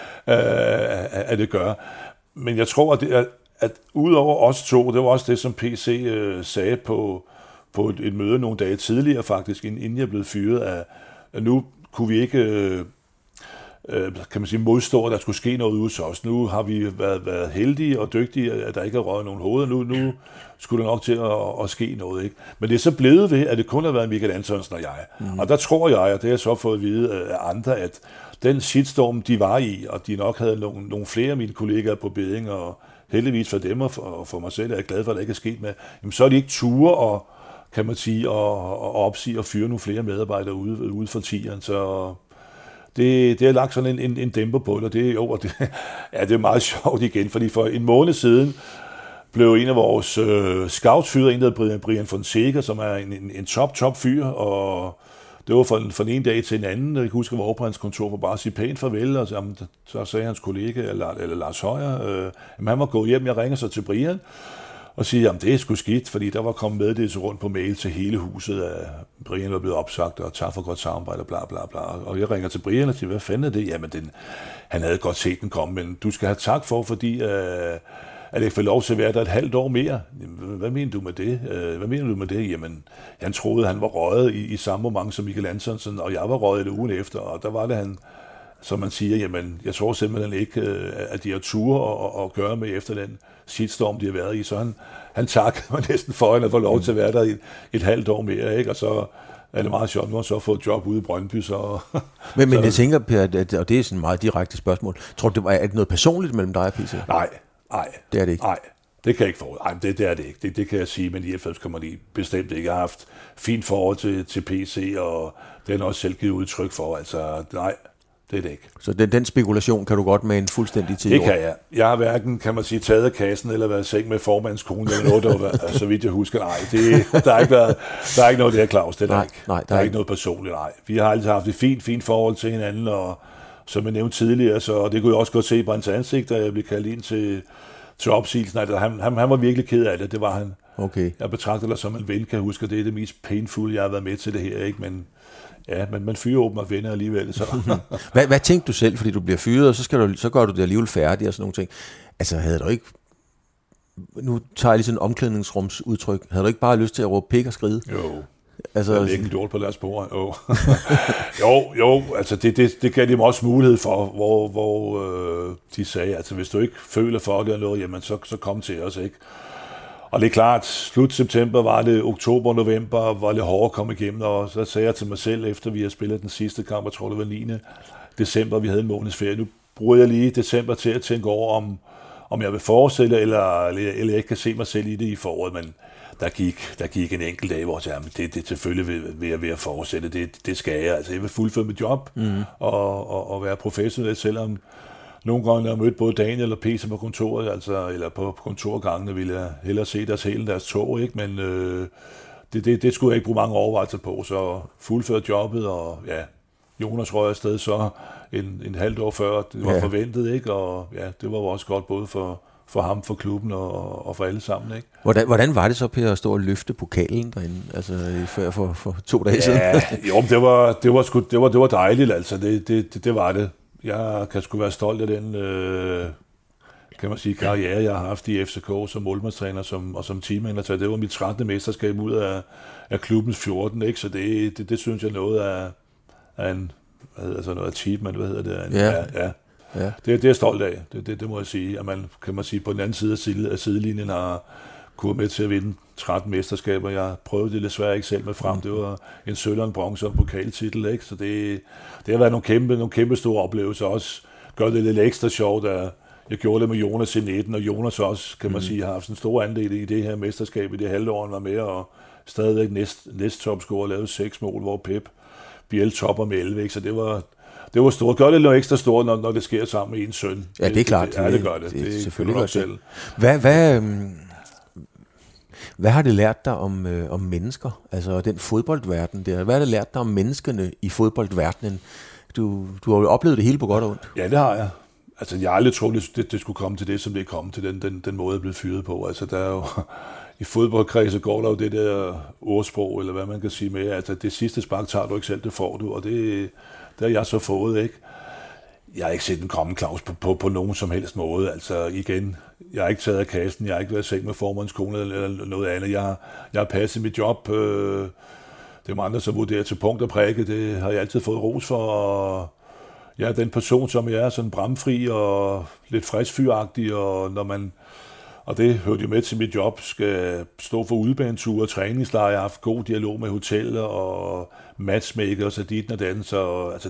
at det gør. Men jeg tror, at udover os to, det var også det, som PC sagde på et møde nogle dage tidligere faktisk, inden jeg blev fyret, at nu kunne vi ikke... kan man sige, modstå, at der skulle ske noget ude hos os. Nu har vi været heldige og dygtige, at der ikke er røget nogen hoveder. Nu skulle der nok til at ske noget, ikke? Men det er så blevet ved, at det kun har været Michael Antonsen og jeg. Og der tror jeg, og det har jeg så fået at vide af andre, at den shitstorm, de var i, og de nok havde nogle flere af mine kollegaer på beding, og heldigvis for dem og for mig selv, er jeg glad for, at der ikke er sket med, jamen, så er de ikke ture og kan man sige, og opsige og fyre nogle flere medarbejdere ude for 10'eren, så... Det har lagt sådan en dæmper på det, og det er meget sjovt igen, fordi for en måned siden blev en af vores scouts fyret, en der hedder Brian Fonseca, som er en top fyr, og det var fra den ene dag til en anden. Jeg kan huske, at jeg var over på hans kontor for bare at sige pænt farvel, og så sagde hans kollega, eller Lars Højer, han var gået hjem, jeg ringer så til Brian, og siger, jamen det er sgu skidt, fordi der var kommet meddelelse rundt på mail til hele huset, at Brian var blevet opsagt, og tak for godt samarbejde, og bla bla bla. Og jeg ringer til Brian og siger, hvad fanden er det? Jamen, han havde godt set den komme, men du skal have tak for, fordi at jeg får lov til at være der et halvt år mere. Hvad mener du med det? Jamen, han troede, han var røget i samme moment som Michael Antonsen, og jeg var røget det ugen efter, og der var det han, som man siger, jamen, jeg tror simpelthen ikke, at de har ture og gøre med efter den shitstorm, de har været i. Så han takkede mig næsten for, at han får lov til at være der et halvt år mere, ikke? Og så er det meget sjovt, nu har så fået et job ude i Brøndby. Så, men jeg tænker, Per, og det er sådan et meget direkte spørgsmål, tror du, er det noget personligt mellem dig og PC? Nej. Det er det ikke? Nej, det kan jeg ikke få. Nej, det er det ikke. Det kan jeg sige, men i 90 kan man bestemt ikke. Jeg har haft fint forhold til PC, og den har også selv givet udtryk for. Altså, nej, det er det ikke. Så den spekulation kan du godt med en fuldstændig til? Det kan jeg. Jeg har hverken, kan man sige, taget af kassen, eller været i seng med formandens kone, eller noget, der var, så vidt jeg husker. Nej, der er ikke noget der, Claus. Det er der ikke. Nej, der er ikke noget personligt, nej. Vi har altid haft et fint forhold til hinanden, og som jeg nævnte tidligere, så det kunne jeg også godt se på hans ansigt, da jeg blev kaldt ind til opsigelsen. Altså, han var virkelig ked af det var han. Okay. Jeg betragter dig som en ven, kan jeg huske, det er det mest painful, jeg har været med til det her, ikke? Men ja, men man fyrer åbent og venner alligevel. Så. Hvad tænkte du selv, fordi du bliver fyret, og så gør du det alligevel færdigt og sådan nogle ting. Altså, havde du ikke, nu tager jeg lige sådan en omklædningsrumsudtryk, havde du ikke bare lyst til at råbe pik og skride? Jo, Altså, der ligger en lort på deres bord. Jo, altså det gav dem også mulighed for, hvor de sagde, altså hvis du ikke føler for det eller noget, jamen så kom til os, ikke? Og det er klart, slut september var det, oktober, november var det hårdt at komme igennem, og så sagde jeg til mig selv, efter vi havde spillet den sidste kamp, jeg tror det var 9. december, vi havde en måneds ferie. Nu bruger jeg lige december til at tænke over, om jeg vil fortsætte, eller jeg ikke kan se mig selv i det i foråret, men der gik en enkelt dag, hvor jeg sagde, det selvfølgelig vil jeg ved at fortsætte, det skal jeg. Altså jeg vil fuldføre mit job og være professionel, selvom nogle gange, når jeg mødte både Daniel og Peter på kontoret, altså, eller på kontorgangene, ville jeg hellere se deres tog, ikke? Men det skulle jeg ikke bruge mange overvejelser på, så fuldføre jobbet, og ja, Jonas røg afsted så en halvt år før, det var forventet, ikke? Og ja, det var også godt både for ham, for klubben og for alle sammen, ikke? Hvordan var det så, Per, at stå og løfte pokalen derinde, altså for 2 dage siden? Ja, jo, det var dejligt, altså, det var det. Jeg kan sgu være stolt af den, kan man sige, karriere, jeg har haft i FCK som målmandstræner og som teammanager. Det var mit 13. mesterskab ud af klubbens 14, ikke? Så det synes jeg noget af en, altså noget achievement, hvad hedder det? Ja. Det er jeg stolt af, det må jeg sige. At man, kan man sige, på den anden side af sidelinjen har kunne med til at vinde 13 mesterskaber. Jeg prøvede det desværre ikke selv med frem. Det var en sølv og en bronze og en pokaltitel, ikke? Så det har været nogle kæmpe store oplevelser. Også gør det lidt ekstra sjovt, at jeg gjorde det med Jonas i 19, og Jonas også, kan man sige, har haft en stor andel i det her mesterskab i det halve år, han var med, og stadigvæk næst topscorer, lavede 6 mål, hvor Pep Biel topper med 11, ikke? Så det var stort. Gør det noget ekstra stort, når det sker sammen med en søn. Ja, det er klart. Det gør det. Det selvfølgelig godt selv. Hvad har det lært dig om mennesker? Altså den fodboldverden der. Hvad har det lært dig om menneskene i fodboldverdenen? Du har jo oplevet det hele på godt og ondt. Ja, det har jeg. Altså jeg har aldrig troet, det skulle komme til det, som det er kommet til, den måde, jeg er blevet fyret på. Altså der er jo, i fodboldkredse går der jo det der ordsprog, eller hvad man kan sige med, altså det sidste spark tager du ikke selv, det får du, og det har jeg så fået, ikke? Jeg har ikke set den komme, Claus, på nogen som helst måde. Altså igen, jeg har ikke taget af kassen, jeg har ikke været seng med formandens kone eller noget andet. Jeg har passet mit job. Det er andre, som vurderer til punkt og prikke. Det har jeg altid fået ros for. Og jeg er den person, som jeg er, sådan bramfri og lidt friskfyragtig, og det hørte jo med til mit job, skal stå for udebaneture og træningslejre. Jeg har haft god dialog med hoteller og matchmaker og så dit og den, så altså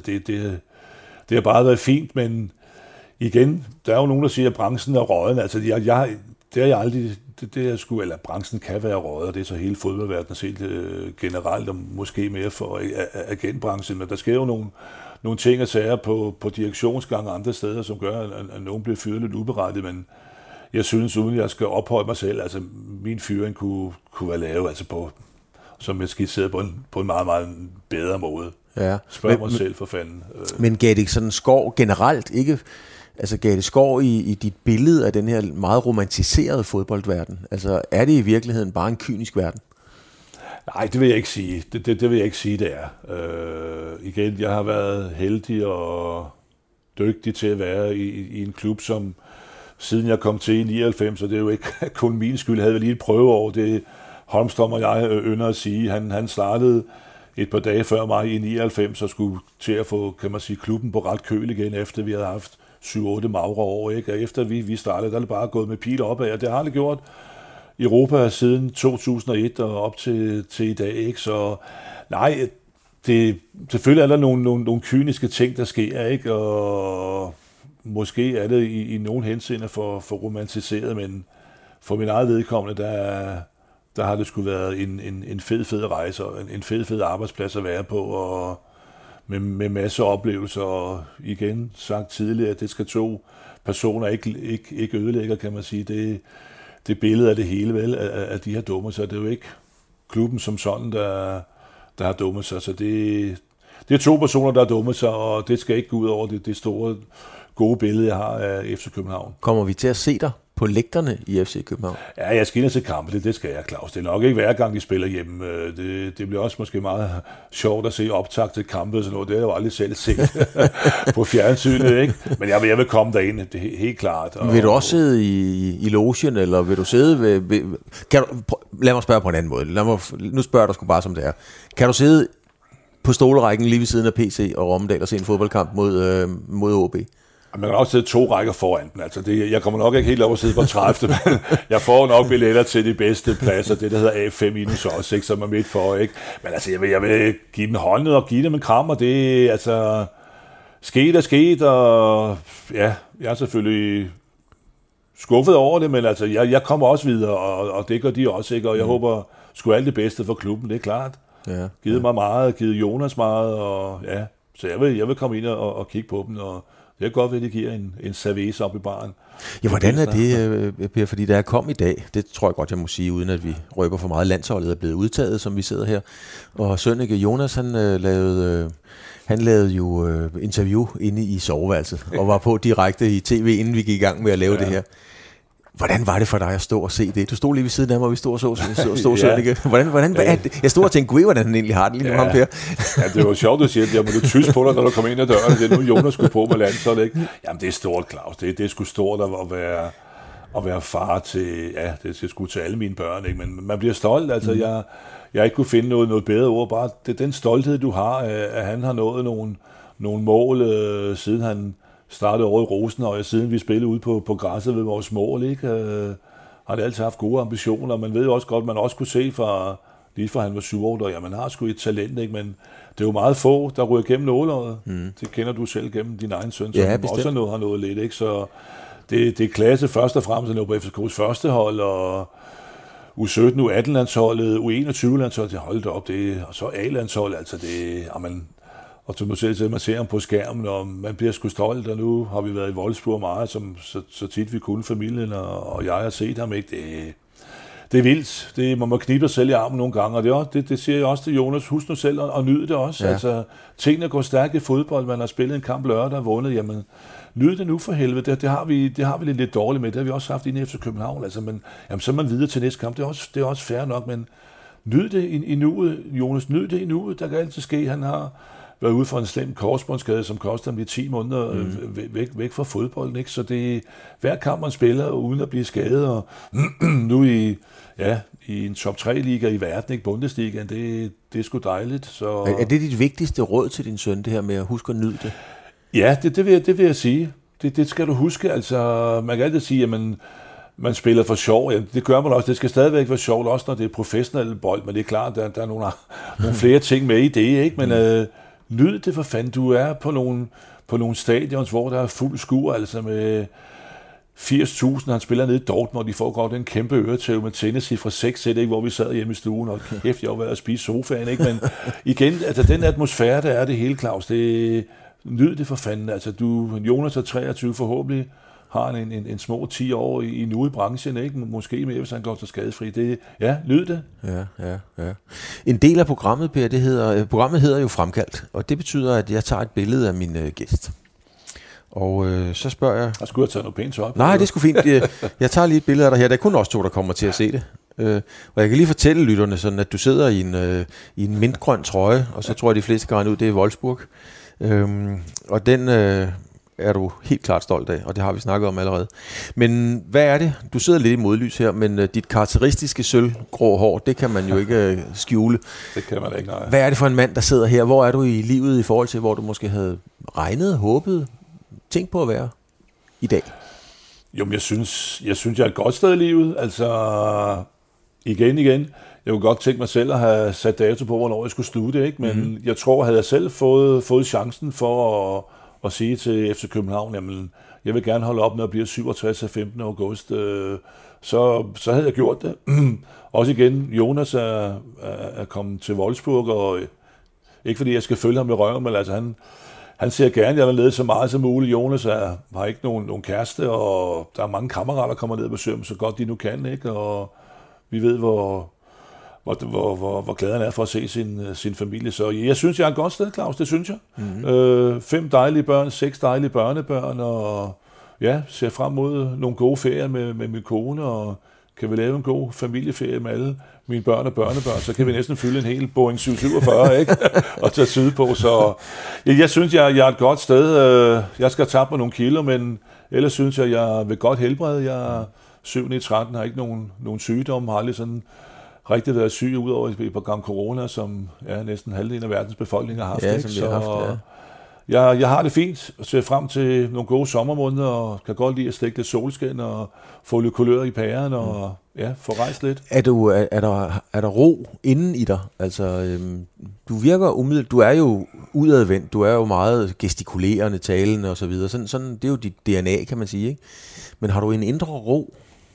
det har bare været fint, men igen, der er jo nogen, der siger, at branchen er råden. Altså, det har jeg aldrig, eller branchen kan være råden, og det er så hele fodboldverdenen set generelt, og måske mere for agentbranchen, men der sker jo nogle ting og sager på direktionsgang og andre steder, som gør, at nogen bliver fyret lidt uberettet, men jeg synes, uden jeg skal ophøje mig selv, altså min fyring kunne være lavet, altså som jeg skitserede på en meget, meget bedre måde. Ja. Spørg mig selv for fanden. Men gav det sådan skår generelt ikke? Altså gav det skår i dit billede af den her meget romantiserede fodboldverden? Altså er det i virkeligheden bare en kynisk verden? Nej, det vil jeg ikke sige. Det vil jeg ikke sige, det er. Igen, jeg har været heldig og dygtig til at være i en klub, som siden jeg kom til i 99, og det er jo ikke kun min skyld, havde jeg lige et prøveår. Det Holmstrøm og jeg ynder at sige. Han startede et par dage før mig i 99 og skulle til at få, kan man sige, klubben på ret køl igen, efter vi havde haft 7-8 magre år, ikke? Og efter vi startede, der er det bare gået med pil opad, og det har aldrig gjort Europa siden 2001 og op til i dag, ikke? Så nej, selvfølgelig er der nogle kyniske ting, der sker, ikke? Og måske er det i nogle henseender for romantiseret, men for min eget vedkommende, der har det sgu været en fed rejse og en fed arbejdsplads at være på, og med masser af oplevelser, og igen sagt tidligere, at det skal 2 personer ikke ødelægger, kan man sige. Det billede af det hele, vel, af de her dummer sig. Det er jo ikke klubben som sådan, der har dummet sig. Så det er 2 personer, der har dummet sig, og det skal ikke gå ud over det store gode billede, jeg har af FC København. Kommer vi til at se dig på lægterne i FC København? Ja, jeg skal ind til kampe, det skal jeg, Claus. Det er nok ikke hver gang, de spiller hjemme. Det bliver også måske meget sjovt at se optakt til kampe og sådan noget. Det har jeg jo aldrig selv set på fjernsynet, ikke? Men jeg vil komme derind, det er helt klart. Og vil du også sidde i logen, eller vil du sidde ved lad mig spørge på en anden måde. Nu spørger jeg dig sgu bare, som det er. Kan du sidde på stolerækken lige ved siden af PC og Rommedal og se en fodboldkamp mod OB? Man kan også sidde 2 rækker foran den. Altså jeg kommer nok ikke helt op at sidde på 30, men jeg får nok billetter til de bedste pladser, det der hedder A5 minus også, ikke, som er midt for, ikke? Men altså, jeg vil give den hånden og give dem en kram, og det er altså sket, og ja, jeg er selvfølgelig skuffet over det, men altså, jeg kommer også videre, og det gør de også, ikke? Og jeg håber sgu alt det bedste for klubben, det er klart. Ja. Givet mig meget, givet Jonas meget, og ja, så jeg vil komme ind og kigge på dem, og det kan godt være, at det giver en service op i baren. Ja, hvordan er det, Per? Fordi der kom i dag, det tror jeg godt, jeg må sige, uden at vi røber for meget, landsholdet er blevet udtaget, som vi sidder her. Og Sønneke Jonas, han lavede jo interview inde i soveværelset, og var på direkte i tv, inden vi gik i gang med at lave det her. Hvordan var det for dig at stå og se det? Du stod lige ved siden af mig, og vi stod og så Sønneke. Hvordan jeg stod og tænkte, gud, hvordan han egentlig har det lige nu, ham, Per. Ja, det var sjovt, du siger, at jeg må tyst på dig, når du kommer ind ad døren. Det er nu Jonas skulle på med landsholdet, ikke? Jamen, det er stort, Claus. Det er sgu stort at være far til, ja, det skal sgu til alle mine børn, ikke? Men man bliver stolt, altså. Jeg ikke kunne finde noget bedre ord. Bare det den stolthed, du har, at han har nået nogle mål, siden han startede over i Rosenhøj, siden vi spillede ude på græsset ved vores mål, ikke? Har det altid haft gode ambitioner. Man ved jo også godt, man også kunne se lige fra han var 7 år, og ja, man har sgu et talent, ikke? Men det er jo meget få, der ryger gennem nåleøjet. Det kender du selv gennem din egen søn, som også har noget lidt, ikke? Så det er klasse først og fremmest, at nå på FCK's første hold, og U17, U18-landsholdet, U21-landsholdet, holdt op, og så A-landsholdet, altså det, og så må man se ham på skærmen, og man bliver sgu stolt, og nu har vi været i Wolfsburg meget, så tit vi kunne, familien, og jeg har set ham, ikke? Det er vildt. Man må knibe sig selv i armen nogle gange, og det siger jeg også til Jonas. Husk nu selv og nyde det også. Ja. Altså, tingene går stærkt i fodbold. Man har spillet en kamp lørdag og vundet. Jamen, nyd det nu for helvede. Det har vi lidt dårligt med. Det har vi også haft inde i FC København. Altså, men, jamen, så er man videre til næste kamp. Det er også fair nok, men nyd det i nuet, Jonas. Nyd det i nuet. Der kan altid ske. Han har været ude for en slem korsbåndsskade, som koster ham lige 10 måneder væk fra fodbolden, ikke? Så det er hver kamp, man spiller, uden at blive skadet, og nu i en top 3-liga i verden, ikke? Bundesligaen, det er sgu dejligt. Så er det dit vigtigste råd til din søn, det her med at huske at nyde det? Ja, det vil jeg sige. Det skal du huske. Altså, man kan altid sige, at man spiller for sjov. Ja, det gør man også. Det skal stadigvæk være sjovt, også når det er professionel bold, men det er klart, der er nogle flere ting med i det, ikke? Men nyd det for fanden. Du er på nogle stadions, hvor der er fuld skur, altså med 80.000. Han spiller nede i Dortmund, de får godt en kæmpe øretæv med tennis fra 6 sæt, ikke, hvor vi sad hjemme i stuen, og kæft, jeg var ved at spise sofaen, ikke? Men igen, altså den atmosfære, der er det hele, Claus, nyd det for fanden. Altså Jonas er 23, forhåbentlig har en små 10 år i nu i branchen, ikke? Måske med, hvis han går til skadesfri. Nyd det. Ja. En del af programmet, Per, programmet hedder jo Fremkaldt, og det betyder, at jeg tager et billede af min gæst. Og så spørger jeg... Jeg skulle have taget noget pænt op. Nej, det er sgu fint. Jeg tager lige et billede af dig her. Der er kun os to, der kommer til at se det. Og jeg kan lige fortælle lytterne, sådan at du sidder i en mintgrøn trøje, og så tror jeg, de fleste kan regne ud, det er Wolfsburg. Og den er du helt klart stolt af, og det har vi snakket om allerede. Men hvad er det? Du sidder lidt i modlys her, men dit karakteristiske sølvgrå hår, det kan man jo ikke skjule. Det kan man ikke, nej. Hvad er det for en mand, der sidder her? Hvor er du i livet i forhold til, hvor du måske havde regnet, håbet, tænkt på at være i dag? Jo, men jeg synes, jeg er et godt sted i livet. Altså, igen. Jeg kunne godt tænke mig selv at have sat dato på, hvornår jeg skulle slutte, ikke? Men jeg tror, havde jeg selv fået chancen for at sige til FC København, jamen, jeg vil gerne holde op, når jeg bliver 67 af 15. august, så havde jeg gjort det. Også igen, Jonas er kommet til Wolfsburg, og ikke fordi jeg skal følge ham i røven, men altså han ser gerne, at jeg vil lede så meget som muligt. Jonas har ikke nogen kæreste, og der er mange kammerater, der kommer ned på besøg, så godt de nu kan, ikke? Og vi ved, hvor glad han er for at se sin familie. Så jeg synes, jeg er et godt sted, Claus, det synes jeg. 5 dejlige børn, 6 dejlige børnebørn, og ser frem mod nogle gode ferier med min kone, og kan vi lave en god familieferie med alle mine børn og børnebørn, så kan vi næsten fylde en hel Boeing 747, ikke? Og tage syd på. Så jeg synes, jeg er et godt sted. Jeg skal tabe mig nogle kilo, men ellers synes jeg er ved godt helbred. Jeg er 7-13, har ikke nogen sygdom, har aldrig sådan rigtig været syg, udover et par gange corona, som næsten halvdelen af verdens befolkning har haft. Ja, som vi har haft, ja. Jeg har det fint og ser frem til nogle gode sommermåneder, og kan godt lide at stikke lidt solskin og få lidt kulør i pæren og få rejst lidt. Er der ro inden i dig? Altså, du virker umiddelbart, du er jo udadvendt, du er jo meget gestikulerende, talende og så videre. Sådan, det er jo dit DNA, kan man sige, ikke? Men har du en indre ro?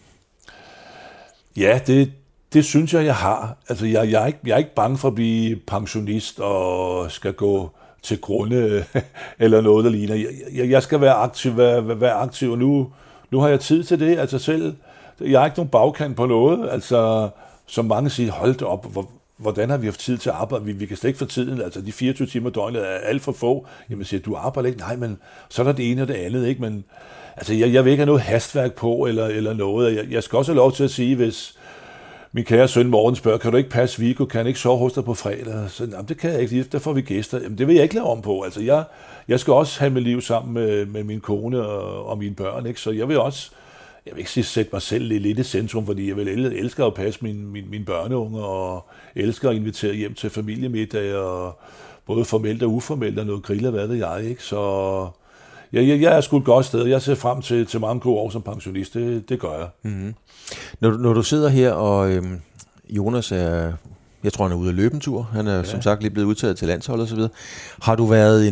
Ja, det synes jeg har. Altså, jeg er ikke bange for at blive pensionist og skal gå til grunde eller noget, der ligner. Jeg skal være aktiv, og nu har jeg tid til det. Altså selv, jeg har ikke nogen bagkant på noget. Altså, som mange siger, hold det op, hvordan har vi haft tid til at arbejde? Vi kan slet ikke få tiden. Altså, de 24 timer døgnet er alt for få. Jamen, siger du arbejder ikke? Nej, men så er der det ene og det andet, ikke? Men altså, jeg vil ikke have noget hastværk på eller noget. Jeg skal også have lov til at sige, hvis min kære søn Morten spørger, kan du ikke passe Viggo, kan han ikke sove hos dig på fredag? Så, jamen, det kan jeg ikke, der får vi gæster. Jamen, det vil jeg ikke lave om på. Altså, jeg skal også have mit liv sammen med min kone og mine børn, ikke? Så jeg vil ikke sige sætte mig selv lidt i centrum, fordi jeg elsker at passe mine børneunger, og elsker at invitere hjem til familiemiddag, og både formelt og uformelt, og noget grill og hvad ved jeg, ikke? Så jeg er sgu et godt sted. Jeg ser frem til mange gode år som pensionist. Det gør jeg. Mm-hmm. Når du sidder her, og Jonas jeg tror, han er ude at løbe en tur. Han er som sagt lige blevet udtaget til landsholdet og så videre. Har du været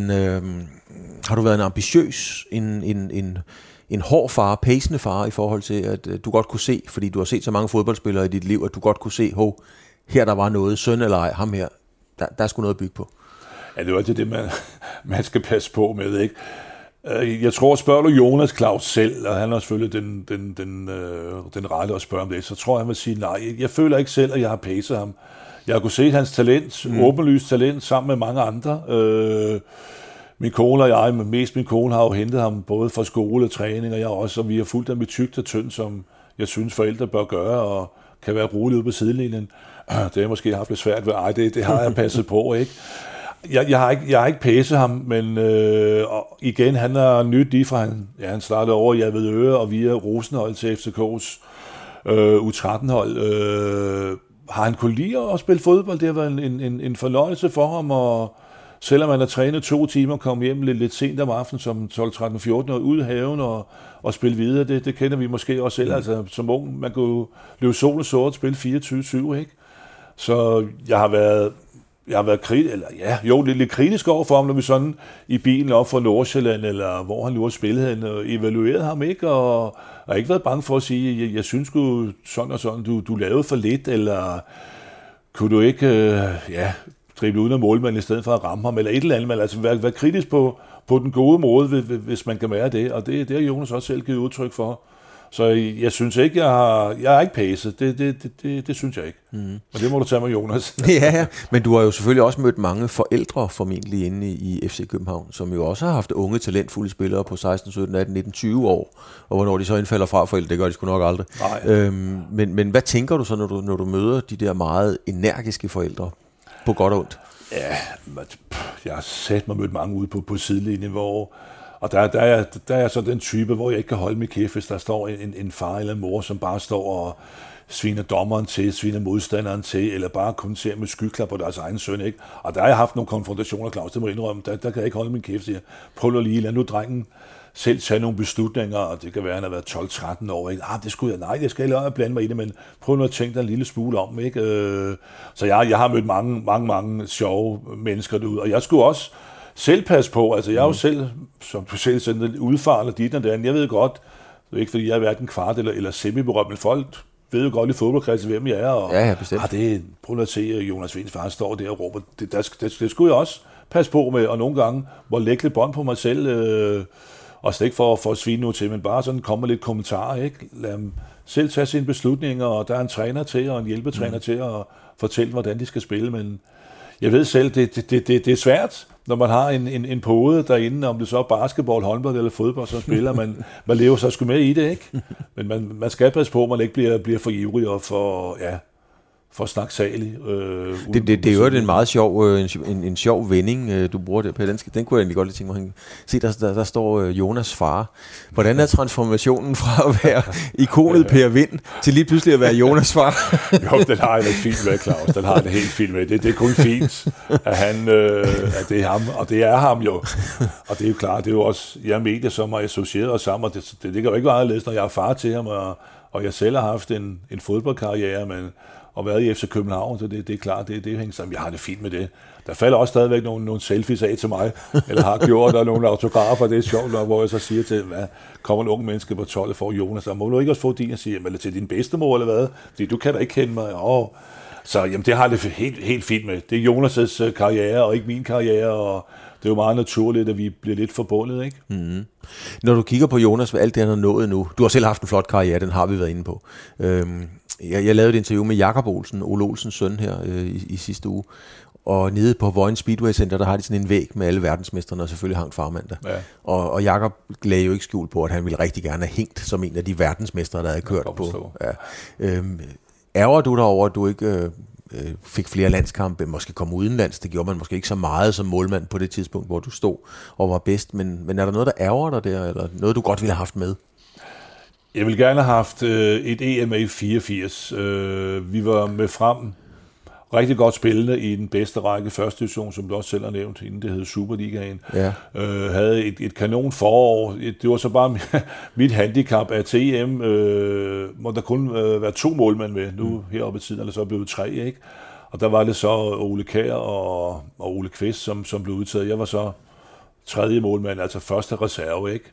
en ambitiøs, en hård far, pacende far i forhold til, at du godt kunne se, fordi du har set så mange fodboldspillere i dit liv, at du godt kunne se, her der var noget, søn eller ej, ham her, der er sgu noget at bygge på. Ja, det er jo altid det, man skal passe på med, ikke? Jeg tror, spørger du Jonas Claus selv, og han har selvfølgelig den rette at spørge om det, så tror jeg, han vil sige nej. Jeg føler ikke selv, at jeg har pacet ham. Jeg har kunnet se hans talent, åbenlyst talent, sammen med mange andre. Min kone og jeg, men mest min kone, har jo hentet ham både fra skole og træning, og jeg også, og vi har fulgt ham i tykt og tynd, som jeg synes, forældre bør gøre, og kan være roligt ude på sidelinjen. Det har jeg måske haft lidt svært ved. Det har jeg passet på, ikke? Jeg har ikke pæset ham, men igen, han er nyt lige fra han startede over i Avedøre og via Rosenhold til FCK's U13-hold. Har han kunnet lide at spille fodbold? Det har været en fornøjelse for ham, og selvom han har trænet 2 timer, kom hjem lidt sent om aftenen som 12-13-14 år ud i haven og spille videre. Det kender vi måske også selv. Altså, som ung, man kunne løbe sol og sort, spille 24-7, ikke? Så jeg har været lidt kritisk over for ham, når vi sådan i bilen op fra Nordsjælland, eller hvor han nu har spillet hen, og evalueret ham, ikke? Og har ikke været bange for at sige, jeg synes du sådan og sådan, du lavede for lidt, eller kunne du ikke drible uden af målmanden i stedet for at ramme ham, eller et eller andet, men altså være kritisk på den gode måde, hvis man kan være det, og det har Jonas også selv givet udtryk for. Så jeg synes ikke, jeg er ikke pacet. Det synes jeg ikke. Mm. Og det må du tage med, Jonas. Ja, men du har jo selvfølgelig også mødt mange forældre formentlig inde i FC København, som jo også har haft unge, talentfulde spillere på 16, 17, 18, 19, 20 år. Og hvornår de så indfalder fra forældre, det gør de sgu nok aldrig. Men hvad tænker du så, når du møder de der meget energiske forældre? På godt og ondt. Ja, jeg har sat mig mødt mange ude på sidelinjen, hvor... Og der er så den type, hvor jeg ikke kan holde min kæft, hvis der står en far eller en mor, som bare står og sviner dommeren til, sviner modstanderen til, eller bare kun ser med skyklap på deres egen søn, ikke? Og der har jeg haft nogle konfrontationer, Claus, det må jeg indrømme, der kan jeg ikke holde min kæft, siger. Prøv lige, lad nu drengen selv tage nogle beslutninger, og det kan være, at han har været 12-13 år, ikke? Det skulle jeg, nej, det skal jeg ikke blande mig i det, men prøv nu at tænke dig en lille smule om, ikke? Så jeg har mødt mange sjove mennesker derude, og jeg skulle også selv passe på, altså jeg er jo selv, som du selv sendte, udfarende dit og den. Jeg ved godt, det er ikke fordi jeg er hverken kvart eller semi-berømt, men folk ved jo godt i fodboldkredsen, hvem jeg er. Og, ja, bestemt. Prøv at se, Jonas Vinds far står der og råber. Det skulle jeg også passe på med, og nogle gange må lægge lidt bånd på mig selv, og slet ikke for at svine noget til, men bare sådan komme med lidt kommentarer, ikke? Lad dem selv tage sine beslutninger, og der er en træner til, og en hjælpetræner til at fortælle, hvordan de skal spille, men Jeg ved selv, det er svært, når man har en pode derinde, om det så er basketball, håndbold eller fodbold, så spiller man lever så sgu med i det, ikke? Men man skal passe på, at man ikke bliver for ivrig og for snaksalig. Det er jo en meget sjov, en sjov vending, du bruger der, Per. Den kunne jeg egentlig godt lide tænke mig. Se, der står Jonas far. Hvordan er transformationen fra at være ikonet Per Vind til lige pludselig at være Jonas far? Jo, den har jeg fint med, Claus. Den har det helt fint med. Det er kun fint, at det er ham, og det er ham jo. Og det er jo klart, det er jo også jeg medier, som har associeret os sammen, og det kan jo ikke være anderledes, når jeg er far til ham, og jeg selv har haft en fodboldkarriere, men og været i FC København, så det er klart, det hænger sammen. Jeg har det fint med det. Der falder også stadigvæk nogle selfies af til mig, eller har gjort, og nogle autografer, det er sjovt nok, hvor jeg så siger til, hvad kommer en ung menneske på 12 for Jonas, og må du ikke også få din og sige, eller til din bedstemor, eller hvad? Fordi du kan da ikke kende mig. Så jamen, det har det helt fint med. Det er Jonas' karriere, og ikke min karriere, og det er jo meget naturligt, at vi bliver lidt forbundet, ikke? Mm-hmm. Når du kigger på Jonas, hvad alt det han har nået nu, du har selv haft en flot karriere, den har vi været inde på. Jeg lavede et interview med Jakob Olsen, Ole Olsens søn her i sidste uge, og nede på Vojens Speedway Center, der har de sådan en væg med alle verdensmestrene, og selvfølgelig hang farmand der. Ja. Og Jakob lagde jo ikke skjul på, at han ville rigtig gerne have hængt som en af de verdensmestre, der havde kørt på. Ja. Ærger du dig over, at du ikke fik flere landskampe, måske komme udenlands? Det gjorde man måske ikke så meget som målmand på det tidspunkt, hvor du stod og var bedst, men er der noget, der ærger dig der, eller noget, du godt ville have haft med? Jeg ville gerne have haft et EM i 84. Vi var med frem rigtig godt spillende i den bedste række første division, som du også selv har nævnt, inden det hed Superligaen. Ja. Havde et kanon forår. Det var så bare mit handicap at EM, hvor der kun være 2 målmænd med. Nu heroppe i tiden er det så blevet 3, ikke? Og der var det så Ole Kjær og Ole Kvist, som blev udtaget. Jeg var så 3. målmand, altså første reserve, ikke?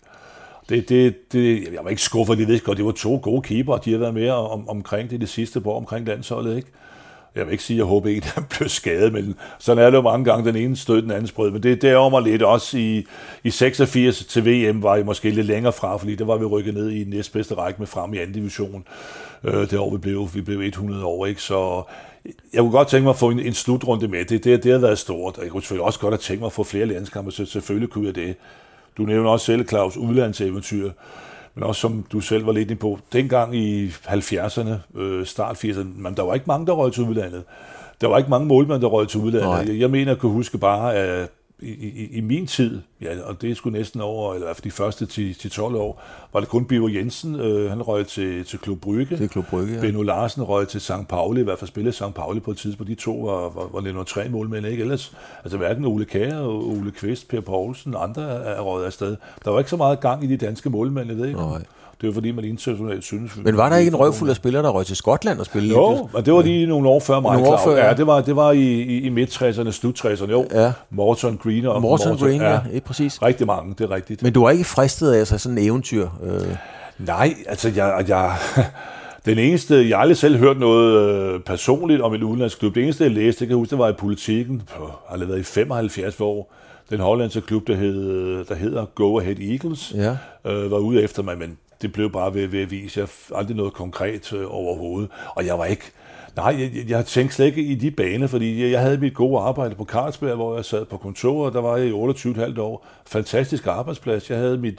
Jeg var ikke skuffet, jeg ved godt, det var 2 gode keeper, de har været med omkring det sidste år, omkring landsholdet, ikke? Jeg vil ikke sige, at jeg håber ikke, at han blev skadet, men sådan er det jo mange gange, den ene stød, den anden sprød. Men det ærger mig lidt. Også i 86 til VM var jeg måske lidt længere fra, fordi der var vi rykket ned i den næstbedste række med frem i anden division. Det år vi blev 100 år, ikke? Så jeg kunne godt tænke mig at få en slutrunde med. Det har været stort, og jeg kunne selvfølgelig også godt have tænkt mig at få flere landskampe, så selvfølgelig kunne jeg det. Du nævner også selv, Claus, udlandseventyr, men også som du selv var lidt inde på, dengang i 70'erne, start 80'erne, men der var ikke mange, der røg til udlandet. Der var ikke mange målmænd, der røg til udlandet. Jeg mener, jeg kunne huske bare, at i min tid, ja, og det er sgu næsten over, eller i hvert fald de første til 12 år, var det kun Biver Jensen, han røg til Klub Brygge. Til Klub Brygge, ja. Benno Larsen røg til St. Pauli, i hvert fald spillede St. Pauli på et tidspunkt. De 2 var lidt 3 målmænd, ikke? Ellers, altså hverken Ole Kjær og Ole Kvist, Per Poulsen, andre er røget afsted. Der var ikke så meget gang i de danske målmænd, jeg ved ikke. Nej. Det var fordi, man internationalt synes... Men var der ikke en røvfuld af spillere, der røg til Skotland og spillede? Jo, men det var lige nogle år før mig, Claus. Ja, det var i midt-60'erne, slut-60'erne, jo. Ja. Morton Green og Morton Green, ja, præcis. Rigtig mange, det er rigtigt. Men du var ikke fristet af sådan en eventyr? Nej, altså jeg den eneste, jeg aldrig selv hørt noget personligt om en udenlandsklub. Det eneste, jeg læste, det kan jeg huske, det var i Politiken. Jeg har været i 75 år. Den hollandske klub, der hedder Go Ahead Eagles, var ude efter mig, men det blev bare ved at vise. Jeg aldrig noget konkret overhovedet. Og jeg var ikke... Nej, jeg tænkte slet ikke i de baner, fordi jeg havde mit gode arbejde på Carlsberg, hvor jeg sad på kontor, og der var jeg i 28,5 år. Fantastisk arbejdsplads. Jeg havde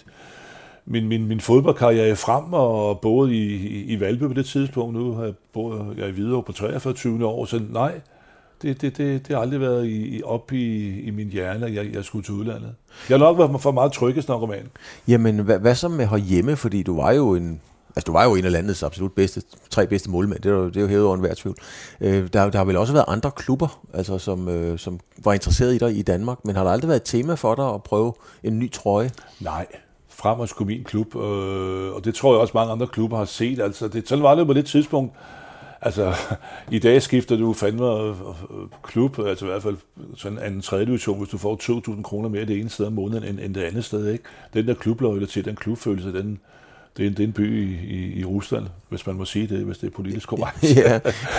min fodboldkarriere frem, og boede i Valby på det tidspunkt. Nu har jeg i Hvidovre på 43 år, så nej, det har aldrig været op i min hjerne, at jeg skulle til udlandet. Jeg har nok været for meget tryggest narkoman. Jamen, hvad så med herhjemme? Fordi du var jo en af landets absolut 3 bedste målmænd. Det er jo hævet over enhver tvivl. Der har vel også været andre klubber, altså, som var interesseret i dig i Danmark, men har der aldrig været et tema for dig at prøve en ny trøje? Nej. Fremad skulle min klub, og det tror jeg også mange andre klubber har set. Altså, sådan var det på det tidspunkt. Altså, i dag skifter du fandme klub, altså i hvert fald sådan anden 3. division, hvis du får 2.000 kroner mere det ene sted om måneden end det andet sted, ikke? Den der klubloyalitet, den klubfølelse, det er en by i Rusland, hvis man må sige det, hvis det er politisk korrekt. Ja.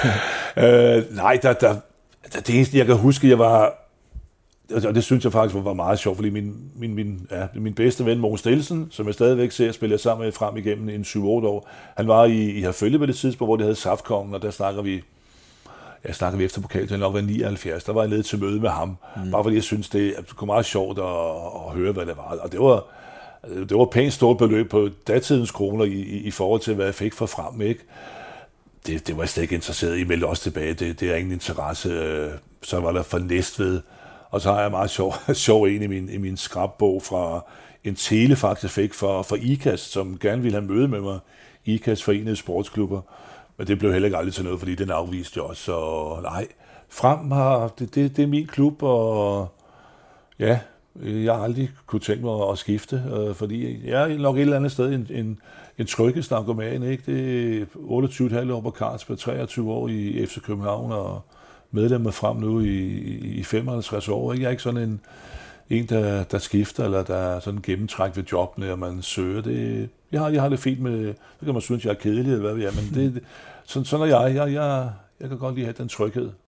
Nej, det eneste, jeg kan huske, jeg var... Og det synes jeg faktisk var meget sjovt, fordi min bedste ven, Mogens Nielsen, som jeg stadigvæk ser, spiller sammen med frem igennem en 7-8 år, han var i Herfølge på det tidspunkt, hvor det havde Saftkongen, og der snakker vi jeg snakker vi efter pokalen, det nok var 79, der var jeg nede til møde med ham, bare fordi jeg synes, det var meget sjovt at høre, hvad det var. Og det var pænt stort beløb på datidens kroner i forhold til, hvad jeg fik for frem, ikke? Det var jeg slet ikke interesseret i, meldte også tilbage, det er ingen interesse. Så var der for Næstved, og så har jeg meget sjov en i min skrabbog fra en tele faktisk fik for IKAST, som gerne ville have møde med mig, IKAST Forenede Sportsklubber, men det blev heller ikke aldrig til noget, fordi den afviste jeg også, så nej, Frem har, det er min klub, og ja, jeg har aldrig kunne tænke mig at skifte, fordi jeg er nok et eller andet sted en tryghedsnarkoman, ikke? Det er 28,5 år på Carlsberg, 23 år i FC København, og medlem af Frem nu i 55 år, ikke? Jeg er ikke sådan en der skifter, eller der er sådan en gennemtræk ved jobbene, og man søger det. Jeg har det fint med, så kan man synes, jeg er kedelig, eller hvad vi er, men sådan er jeg kan godt lide at have den tryghed.